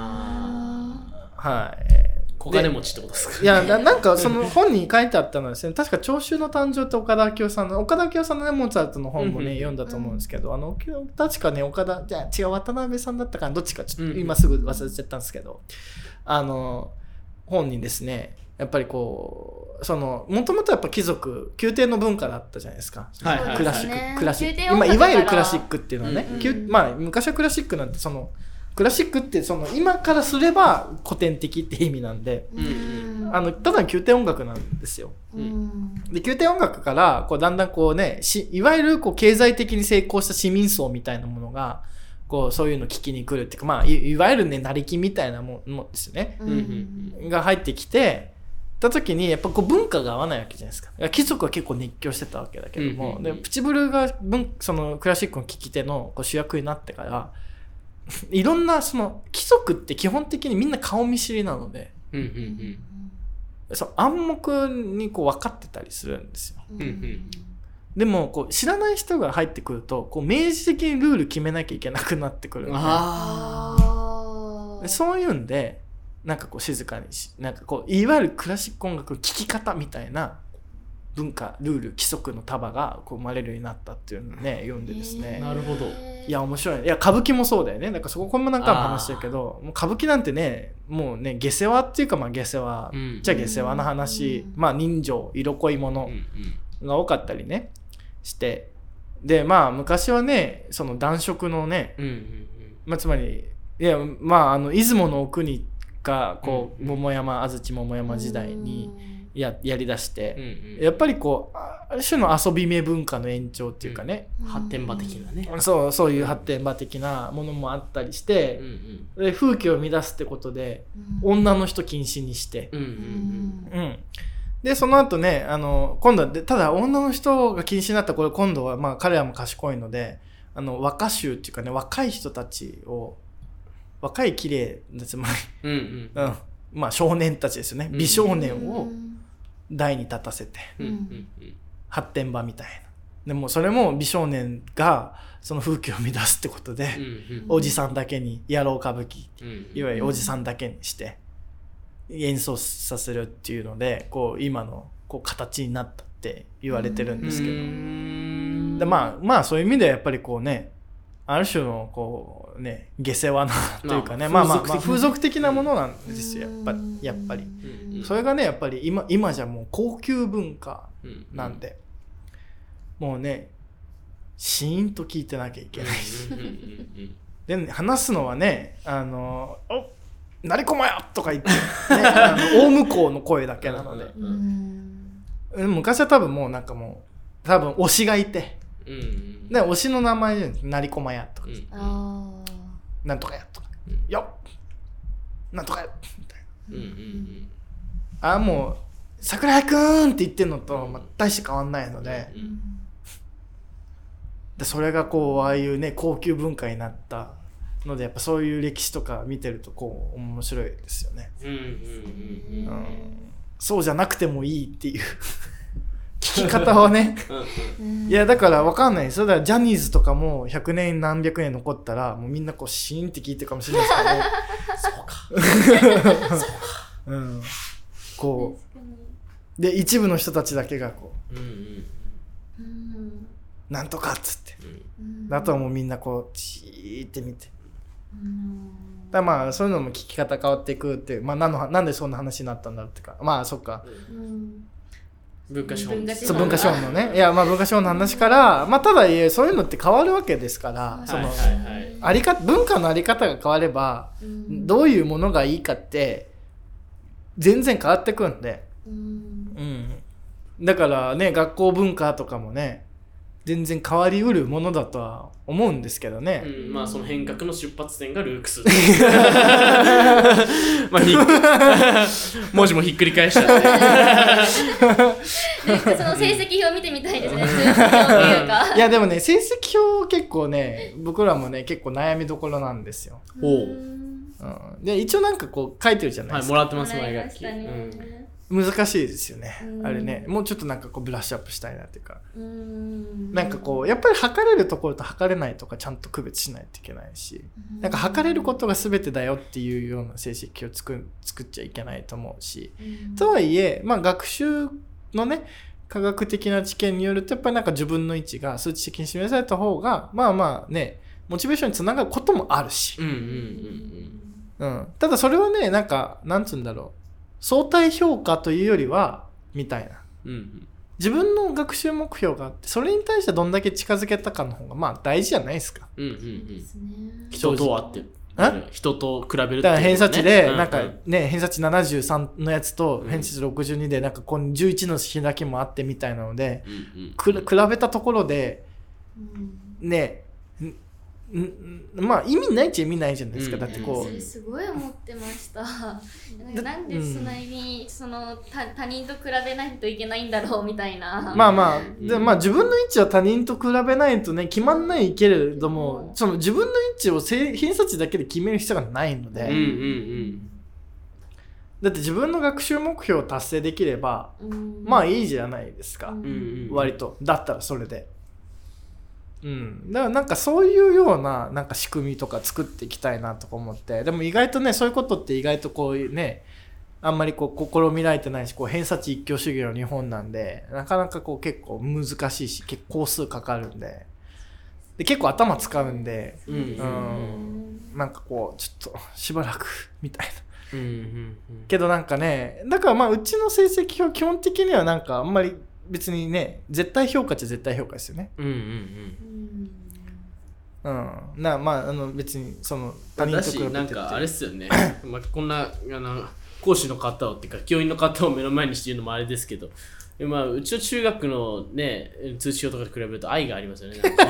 はい。 小金持ちってことですか？ いやなんかその本に書いてあったのはですね、確か聴衆の誕生って岡田明夫さんのねモーツァルトの本もね読んだと思うんですけど、確かね違う渡辺さんだったかな、どっちかちょっと今すぐ忘れちゃったんですけど、本にですねやっぱりこうもともとやっぱ貴族宮廷の文化だったじゃないですか、クラシック今いわゆるクラシックっていうのはね、まあ昔はクラシックなんてそのクラシックってその今からすれば古典的って意味なんで、ただの宮廷音楽なんですよ。で宮廷音楽からこうだんだんこうねいわゆるこう経済的に成功した市民層みたいなものがこうそういうの聞きに来るっていうか、まあ いわゆるね成り金みたいなものですよね、が入ってきてた時にやっぱこう文化が合わないわけじゃないですか。貴族は結構熱狂してたわけだけども、でプチブルがそのクラシックの聴き手のこう主役になってからいろんなその貴族って基本的にみんな顔見知りなので、その暗黙にこう分かってたりするんですよ。でもこう知らない人が入ってくるとこう明示的にルール決めなきゃいけなくなってくるんで、そういうんでなんかこう静かになんかこういわゆるクラシック音楽の聴き方みたいな文化ルール規則の束がこう生まれるようになったっていうのをね読んでですね、 なるほど。 いや面白い。いや歌舞伎もそうだよね。だからそこも何回も話してるけど、もう歌舞伎なんてねもうね下世話っていうかまあ下世話、じゃあ下世話の話、まあ人情色恋ものが多かったりねして、でまあ昔はねその男色のね、まあ、つまりいやまあ出雲の奥にがこう桃山安土桃山時代にやりだして、やっぱりこうある種の遊び目文化の延長っていうかね、 発展場的なね、 そういう発展場的なものもあったりして、で風紀を乱すってことで、女の人禁止にして、でその後ね今度はただ女の人が禁止になったこれ今度はまあ彼らも賢いので若衆っていうかね若い人たちを若い綺麗なつまり、まあ少年たちですよね、美少年を台に立たせて、発展場みたいな。でもそれも美少年がその風紀を乱すってことで、おじさんだけに野郎歌舞伎、いわゆるおじさんだけにして演奏させるっていうのでこう今のこう形になったって言われてるんですけど、でまあそういう意味ではやっぱりこうねある種のこうね下世話なというかね、まあ風俗的なものなんですよやっぱり、それがねやっぱり今じゃもう高級文化なんで、もうねシーンと聞いてなきゃいけないしで話すのはねおなりこまよとか言って、ね、大向こうの声だけなので、昔は多分もうなんかもう多分推しがいて、で推しの名前でなりこまやとか、なんとかやとか、よっなんとかやみたいな、もう桜井くんって言ってんのと、大して変わんないので、でそれがこうああいうね高級文化になったのでやっぱそういう歴史とか見てるとこう面白いですよね。そうじゃなくてもいいっていう聞き方はねいやだから分かんないですよ。だからジャニーズとかも100年何百年残ったらもうみんなこうシーンって聞いてるかもしれないですけどそうかこうで一部の人たちだけがこう、なんとかっつって、あとはもうみんなこうチーって見て、だまあそういうのも聞き方変わっていくっていう、まあなんでそんな話になったんだろうっていうか、まあそっか、 文化資本そう文化資本のね、いやまあ文化資本の話から、まあただそういうのって変わるわけですから、その文化のあり方が変われば、どういうものがいいかって全然変わってくんで、だからね学校文化とかもね全然変わりうるものだとは思うんですけどね、 まあその変革の出発点がルークス文字もひっくり返しちゃってその成績表見てみたいですねいやでもね成績表結構ね僕らもね結構悩みどころなんですよ。で一応なんかこう書いてるじゃないですか。 もらってます前学期、 難しいですよね、あれね。もうちょっとなんかこうブラッシュアップしたいなっていうか、なんかこうやっぱり測れるところと測れないとかちゃんと区別しないといけないし、なんか測れることが全てだよっていうような成績を作っちゃいけないと思うし、とはいえまあ学習のね科学的な知見によるとやっぱりなんか自分の位置が数値的に示された方がまあまあねモチベーションにつながることもあるし、ただそれはねなんかなんつうんだろう、相対評価というよりはみたいな、自分の学習目標があってそれに対してどんだけ近づけたかの方がまあ大事じゃないですか。 人とはって人と比べるっていうだから偏差値で、 うんなんかね、偏差値73のやつと偏差値62で、なんかこの11の開きもあってみたいなので、比べたところで、ね、まあ意味ないっちゃ意味ないじゃないですか。だってこそれすごい思ってました。なんでそんなに他人と比べないといけないんだろうみたいな。 まあでまあ自分の位置は他人と比べないとね決まんないけれども、その自分の位置を偏差値だけで決める必要がないので、だって自分の学習目標を達成できれば、まあいいじゃないですか、割と。だったらそれで。だからなんかそういうようななんか仕組みとか作っていきたいなとか思って。でも意外とね、そういうことって意外とこういうね、あんまりこう試みられてないし、こう偏差値一強主義の日本なんで、なかなかこう結構難しいし、結構工数かかるんで、結構頭使うんで、なんかこうちょっとしばらくみたいな。けどなんかね、だからまあうちの成績は基本的にはなんかあんまり別にね、絶対評価っちゃ絶対評価ですよね。まあ別にその他人と比べてなんかあれっすよね。まあこんな講師の方をっていうか教員の方を目の前にして言うのもあれですけど、まあうちの中学のね通知表とかと比べると愛がありますよね。 確か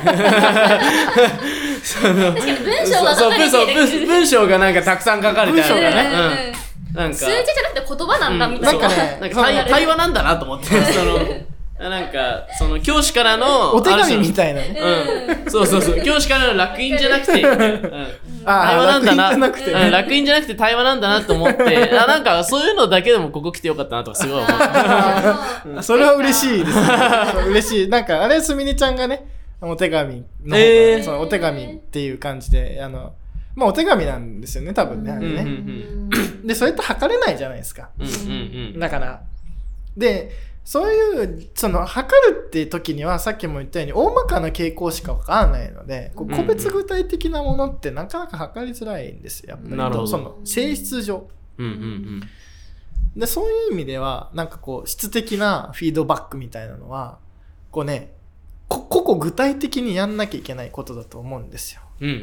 に文章がなんかたくさん書かれてあるからね。なんか数字じゃなくて言葉なんだみたいな。 なんか対話なんだなと思って。なんかその教師からのお手紙みたいなね。 そう教師からの烙印じゃなくて、対話なんだな。烙印じゃなくて対話なんだなと思って、なんかそういうのだけでもここ来てよかったなとかすごい思う。それは嬉しいですね。嬉しい。なんかあれすみれちゃんがね、お手紙の方が、そのお手紙っていう感じでまあお手紙なんですよね、多分ね、あれね。でそれって測れないじゃないですか。だからで。そういう測るって時にはさっきも言ったように大まかな傾向しか分からないので、個別具体的なものってなかなか測りづらいんですよ、やっぱり。その性質上。でそういう意味ではなんかこう質的なフィードバックみたいなのはこうね、個々具体的にやんなきゃいけないことだと思うんですよ。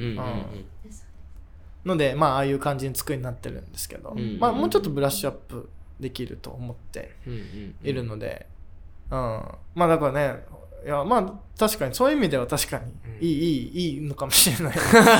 のでまあああいう感じの作りになってるんですけど、まあもうちょっとブラッシュアップできると思っているので、まあだからね、いやまあ確かにそういう意味では確かにいいのかもしれない。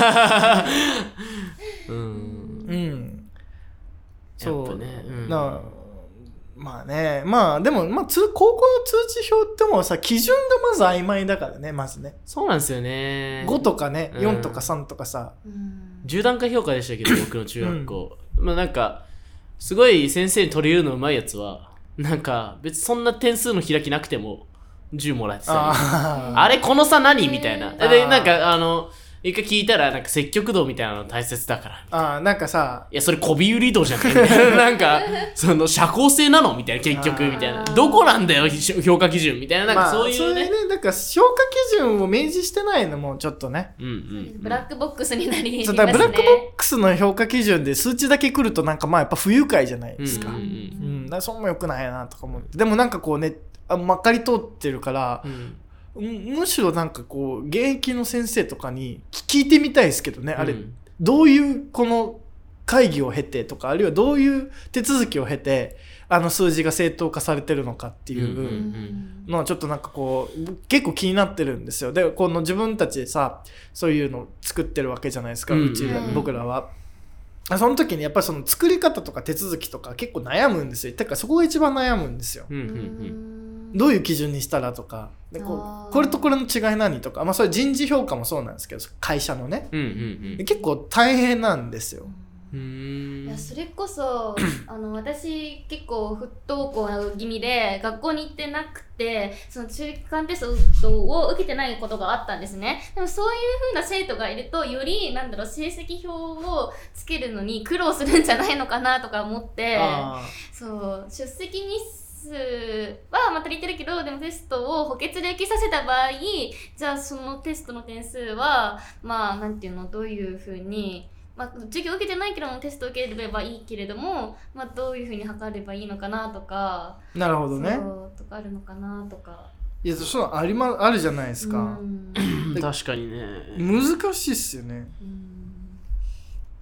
そうね。まあね、まあでも高校の通知表ってもさ基準がまず曖昧だからね、まずね。 そうなんですよね。 5とかね、4とか3とかさ、 10段階評価でしたけど僕の中学校、まあなんかすごい先生に取り入れるのうまいやつはなんか別にそんな点数の開きなくても10もらえてたり、あれこの差何みたいな。でなんか一回聞いたらなんか積極度みたいなの大切だからなんかさ、 いやそれこび売り度じゃんみたいな。なんかその社交性なのみたいな、結局みたいな、どこなんだよ評価基準みたいな、なんかそういうね、 だから評価基準を明示してないのもちょっとね、 ブラックボックスになりますね。 だからブラックボックスの評価基準で数値だけ来るとなんかまあやっぱ不愉快じゃないですか。だからそんな良くないなとか思う。でもなんかこうね、まかり通ってるから、むしろなんかこう現役の先生とかに聞いてみたいですけどね、あれどういうこの会議を経てとか、あるいはどういう手続きを経て数字が正当化されてるのかっていうのはちょっとなんかこう結構気になってるんですよ。でこの自分たちでさそういうの作ってるわけじゃないですか、僕らは。その時にやっぱりその作り方とか手続きとか結構悩むんですよ。だからそこが一番悩むんですよ。どういう基準にしたらとか、でこれとこれの違い何とか、まあそれ人事評価もそうなんですけど、会社のね、結構大変なんですよ。 いやそれこそ私結構不登校気味で学校に行ってなくて、その中間テストを受けてないことがあったんですね。でもそういう風な生徒がいるとより成績表をつけるのに苦労するんじゃないのかなとか思って、そう出席日数はまあ足りてるけど、でもテストを補欠で受けさせた場合、じゃあそのテストの点数はまあなんていうの、どういう風に、まあ、授業受けてないけどもテスト受ければいいけれども、まあ、どういう風に測ればいいのかなとか。 なるほどね。 そうとかあるのかなとか。 いやそうあるじゃないですか。 確かにね難しいっすよね。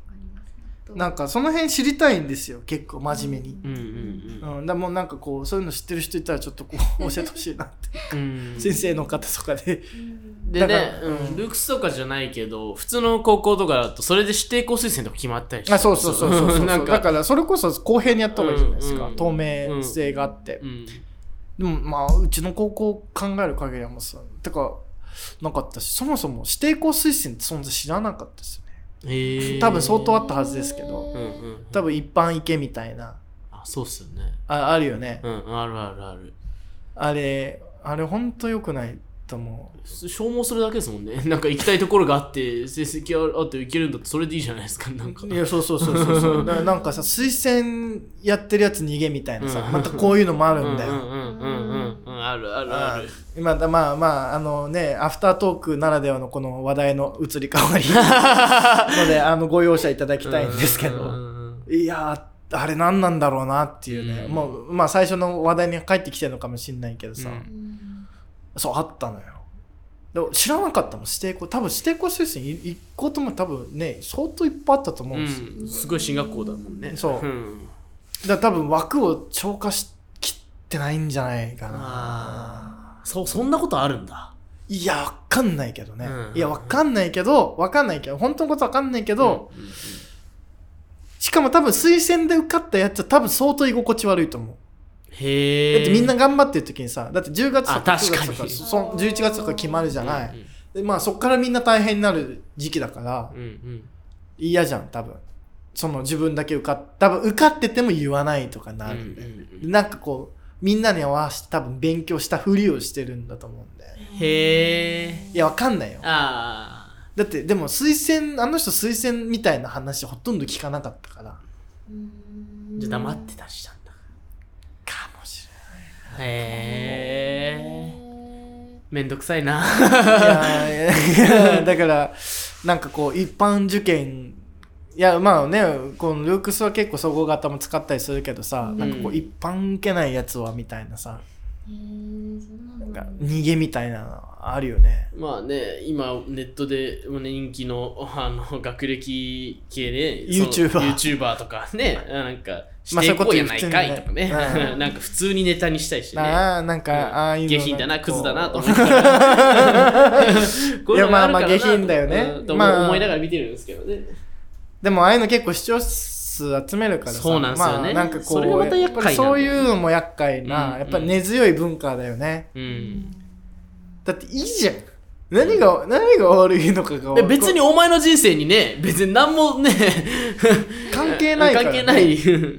なんかその辺知りたいんですよ、結構真面目に。 うんうんうん。 だもうなんかこうそういうの知ってる人いたらちょっとこう教えてほしいなってうん先生の方とかででねだから、 ルークスとかじゃないけど、普通の高校とかだと、それで指定校推薦とか決まったりして。 そうなんかだからそれこそ公平にやった方がいいじゃないですか、 うん透明性があって、 うんでもまあうちの高校考える限りはもうさてかなかったし、そもそも指定校推薦って存在知らなかったですよね。多分相当あったはずですけど、 うんうん。 多分一般行けみたいなあ、そうっすよね。 あるよね、 うん、あるあるある。 あれほんと良くないと思う。 消耗するだけですもんね。なんか行きたいところがあって成績あって行けるんだってそれでいいじゃないですか。なんかいやそうだからなんかさ推薦やってるやつ逃げみたいなさ、またこういうのもあるんだよ。 あるあるある。 まあアフタートークならではのこの話題の移り変わりのでご容赦いただきたいんですけど、いやあれ何なんだろうなっていうね、もうまあ最初の話題に帰ってきてるのかもしれないけどさ、そうあったのよ。でも知らなかったもん、指定校。多分指定校推薦行くことも多分ね相当いっぱいあったと思うんですよ、 すごい進学校だもんね。 そう、だから多分枠を超過しきってないんじゃないかな。 そんなことあるんだ。 いやわかんないけどね、いやわかんないけど本当のことわかんないけど、しかも多分推薦で受かったやつは多分相当居心地悪いと思う。 へえ。 だってみんな頑張ってる時にさ、だって10月とか9月とか11月とか決まるじゃない、でまあそっからみんな大変になる時期だから、嫌じゃん多分。その自分だけ多分受かってても言わないとかなるんで、なんかこうみんなに合わせて多分勉強したふりをしてるんだと思うんで。 へえ。 いやわかんないよ。だってでもあの人推薦みたいな話ほとんど聞かなかったから。 じゃあ黙ってたりしたんだかもしれない。 へえ。めんどくさいな。 いやだからなんかこう一般受験、いやまあね、このルークスは結構総合型も使ったりするけどさ、なんかこう一般受けないやつはみたいなさ、なんか逃げみたいなのあるよね。 まあね、今ネットで人気の学歴系で YouTuber とかね、なんか指定校やないかいとかね、なんか普通にネタにしたりしてね、 なんかああいうの下品だなクズだなと思いながらいやまあ下品だよねと思いながら見てるんですけどね。 でもああいうの結構視聴数集めるからさ、 そうなんですよね。 なんかこうそれがまた厄介なんだよね。 そういうのも厄介な、やっぱり根強い文化だよね。だっていいじゃん。何が悪いのかが分か別にお前の人生にね、別に何もね関係ないから、ね、 関係ない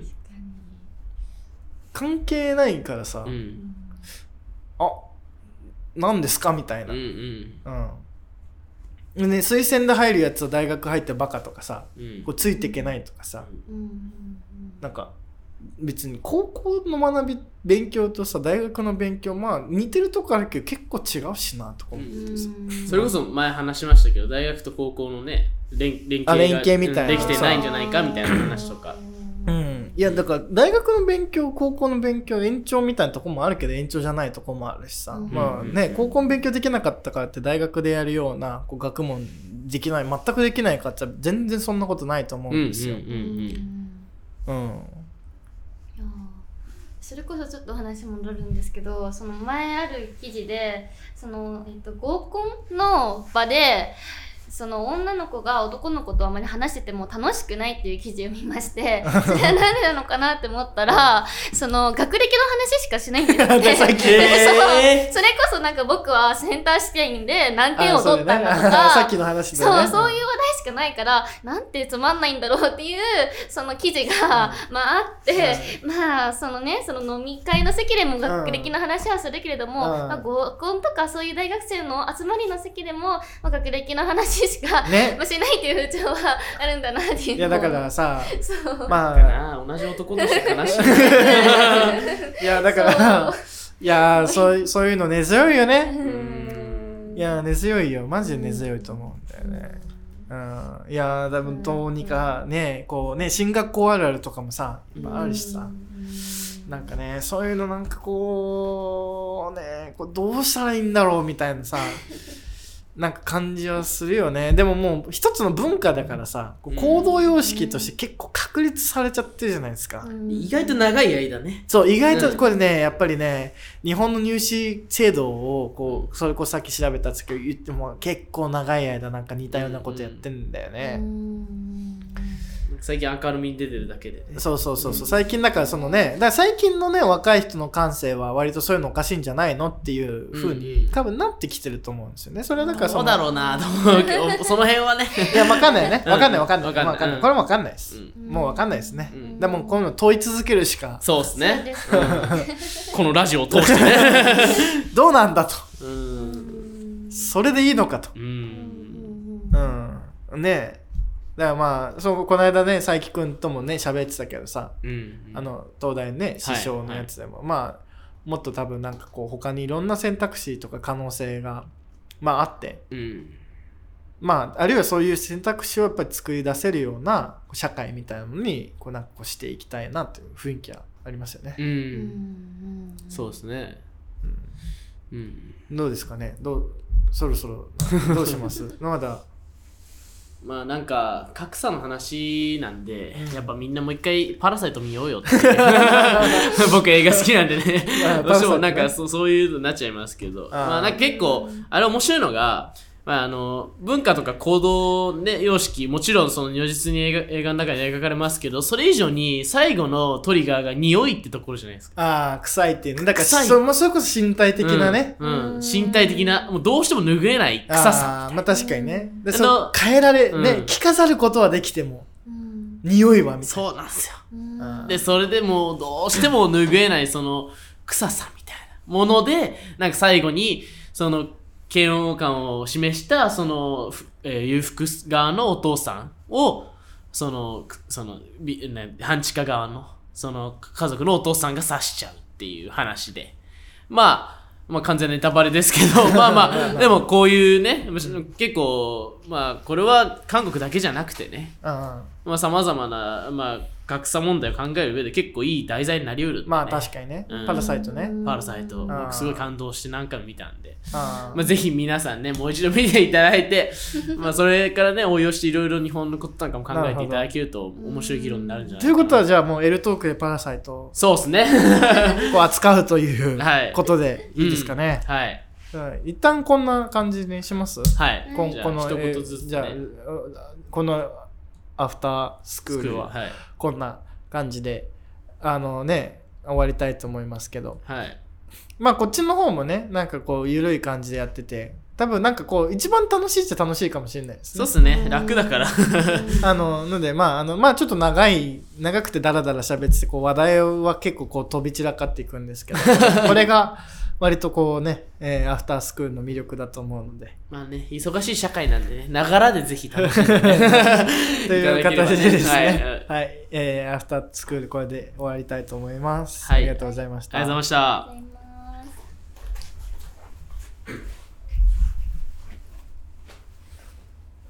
関係ないからさ、あ、何ですかみたいな。ね、推薦で入るやつは大学入ってバカとかさ、こうついていけないとかさ、なんか別に高校の勉強とさ大学の勉強まあ似てるとこあるけど結構違うしなとか思ってさ、 それこそ前話しましたけど大学と高校のね連携みたいなできてないんじゃないかみたいな話とか。 いやだから大学の勉強高校の勉強延長みたいなとこもあるけど延長じゃないとこもあるしさ、まあね高校の勉強できなかったからって大学でやるようなこう学問できない全くできないかって全然そんなことないと思うんですよ。 それこそちょっと話戻るんですけど、その前ある記事でその、合コンの場でその女の子が男の子とあまり話してても楽しくないっていう記事を見ましてそれは何でなのかなって思ったらその学歴の話しかしないんですってそれこそなんか僕はセンター試験で何点を取ったんだとかさっきの話だよね。 そういう話題しかないからなんてつまんないんだろうっていうその記事が、まああってまあそのねその飲み会の席でも学歴の話はするけれども、まあ、合コンとかそういう大学生の集まりの席でも、まあ、学歴の話しか、ね、しないっていう風潮はあるんだなっていう。 いやだからさまあ同じ男として悲しいいやだからいやそういうの根強いよね。いや根強いよマジで根強いと思うんだよね。いや多分どうにかねこうね進学校あるあるとかもさあるしさ、なんかねそういうのなんかこうねこうどうしたらいいんだろうみたいなさなんか感じはするよね。でももう一つの文化だからさ、こう行動様式として結構確立されちゃってるじゃないですか。 意外と長い間ね。 そう、意外とこれね、やっぱりね、日本の入試制度をこう、それこそさっき調べたんですけど、言っても結構長い間なんか似たようなことやってんだよね。 最近明るみに出てるだけで、ね。 そう最近だからそのね、だから最近のね、若い人の感性は割とそういうのおかしいんじゃないのっていう風に、多分なってきてると思うんですよね。それはだからそうだろうなと思うけど、その辺はね。 いや、わかんないね。わかんない。これもわかんないです。もうわかんないですね。だからもうこういうの問い続けるしか。 そうですね。このラジオを通してね。 どうなんだと。それでいいのかと。ねえ。だからまあこの間ね佐伯くんともね喋ってたけどさ、東大ね師匠のやつでも、まあもっと多分なんかこう他にいろんな選択肢とか可能性がまああって、まああるいはそういう選択肢をやっぱり作り出せるような社会みたいなのにこうなんかこうしていきたいなという雰囲気はありますよね。 そうですね。 どうですかね。そろそろどうします？まだ。 まあなんか格差の話なんで、やっぱみんなもう一回パラサイト見ようよって僕映画好きなんでねどうしてもなんかそういうのになっちゃいますけど、まあなんか結構あれ面白いのが、まあ、文化とか行動、ね、様式もちろんその如実に映画の中に描かれますけど、それ以上に最後のトリガーが匂いってところじゃないですか。 ああ、臭いっていうね。だからそれこそ身体的なね、 身体的なもうどうしても拭えない臭さ。 あ、まあ確かにね。で変えられ、ね、着飾ることはできても、匂いはみたいな。 そうなんですよ。でそれでもうどうしても拭えないその臭さみたいなもので、なんか最後にその嫌悪感を示したその、裕福側のお父さんをその半地下側のその家族のお父さんが刺しちゃうっていう話で、まあ完全なネタバレですけどまあでもこういうね結構まあこれは韓国だけじゃなくてね、まあ様々なまあ格差問題を考える上で結構いい題材になりうるんで、ね、 まあ確かにね、パラサイトね、 僕すごい感動して何回も見たんで、まあ、ぜひ皆さんねもう一度見ていただいてまあそれからね応用していろいろ日本のことなんかも考えていただけると面白い議論になるんじゃないかな。 ということはじゃあもう L トークでパラサイトそうですねこう扱うということでいいですかね。 はい、 一旦こんな感じにします。 はい。 この一言ずつ、ね、 じゃあこのアフタースクールはこんな感じで終わりたいと思いますけど、 はい、 まあこっちの方もねなんかこう緩い感じでやってて多分なんかこう一番楽しいっちゃ楽しいかもしれないですね。 そうですね、楽だからのでまあちょっと長くてダラダラ喋っててこう話題は結構こう飛び散らかっていくんですけどこれが割とこうね、アフタースクールの魅力だと思うので、 まあね忙しい社会なんでねながらでぜひ楽しんでという形でですねはい、アフタースクールこれで終わりたいと思います。ありがとうございました。 ありがとうございました。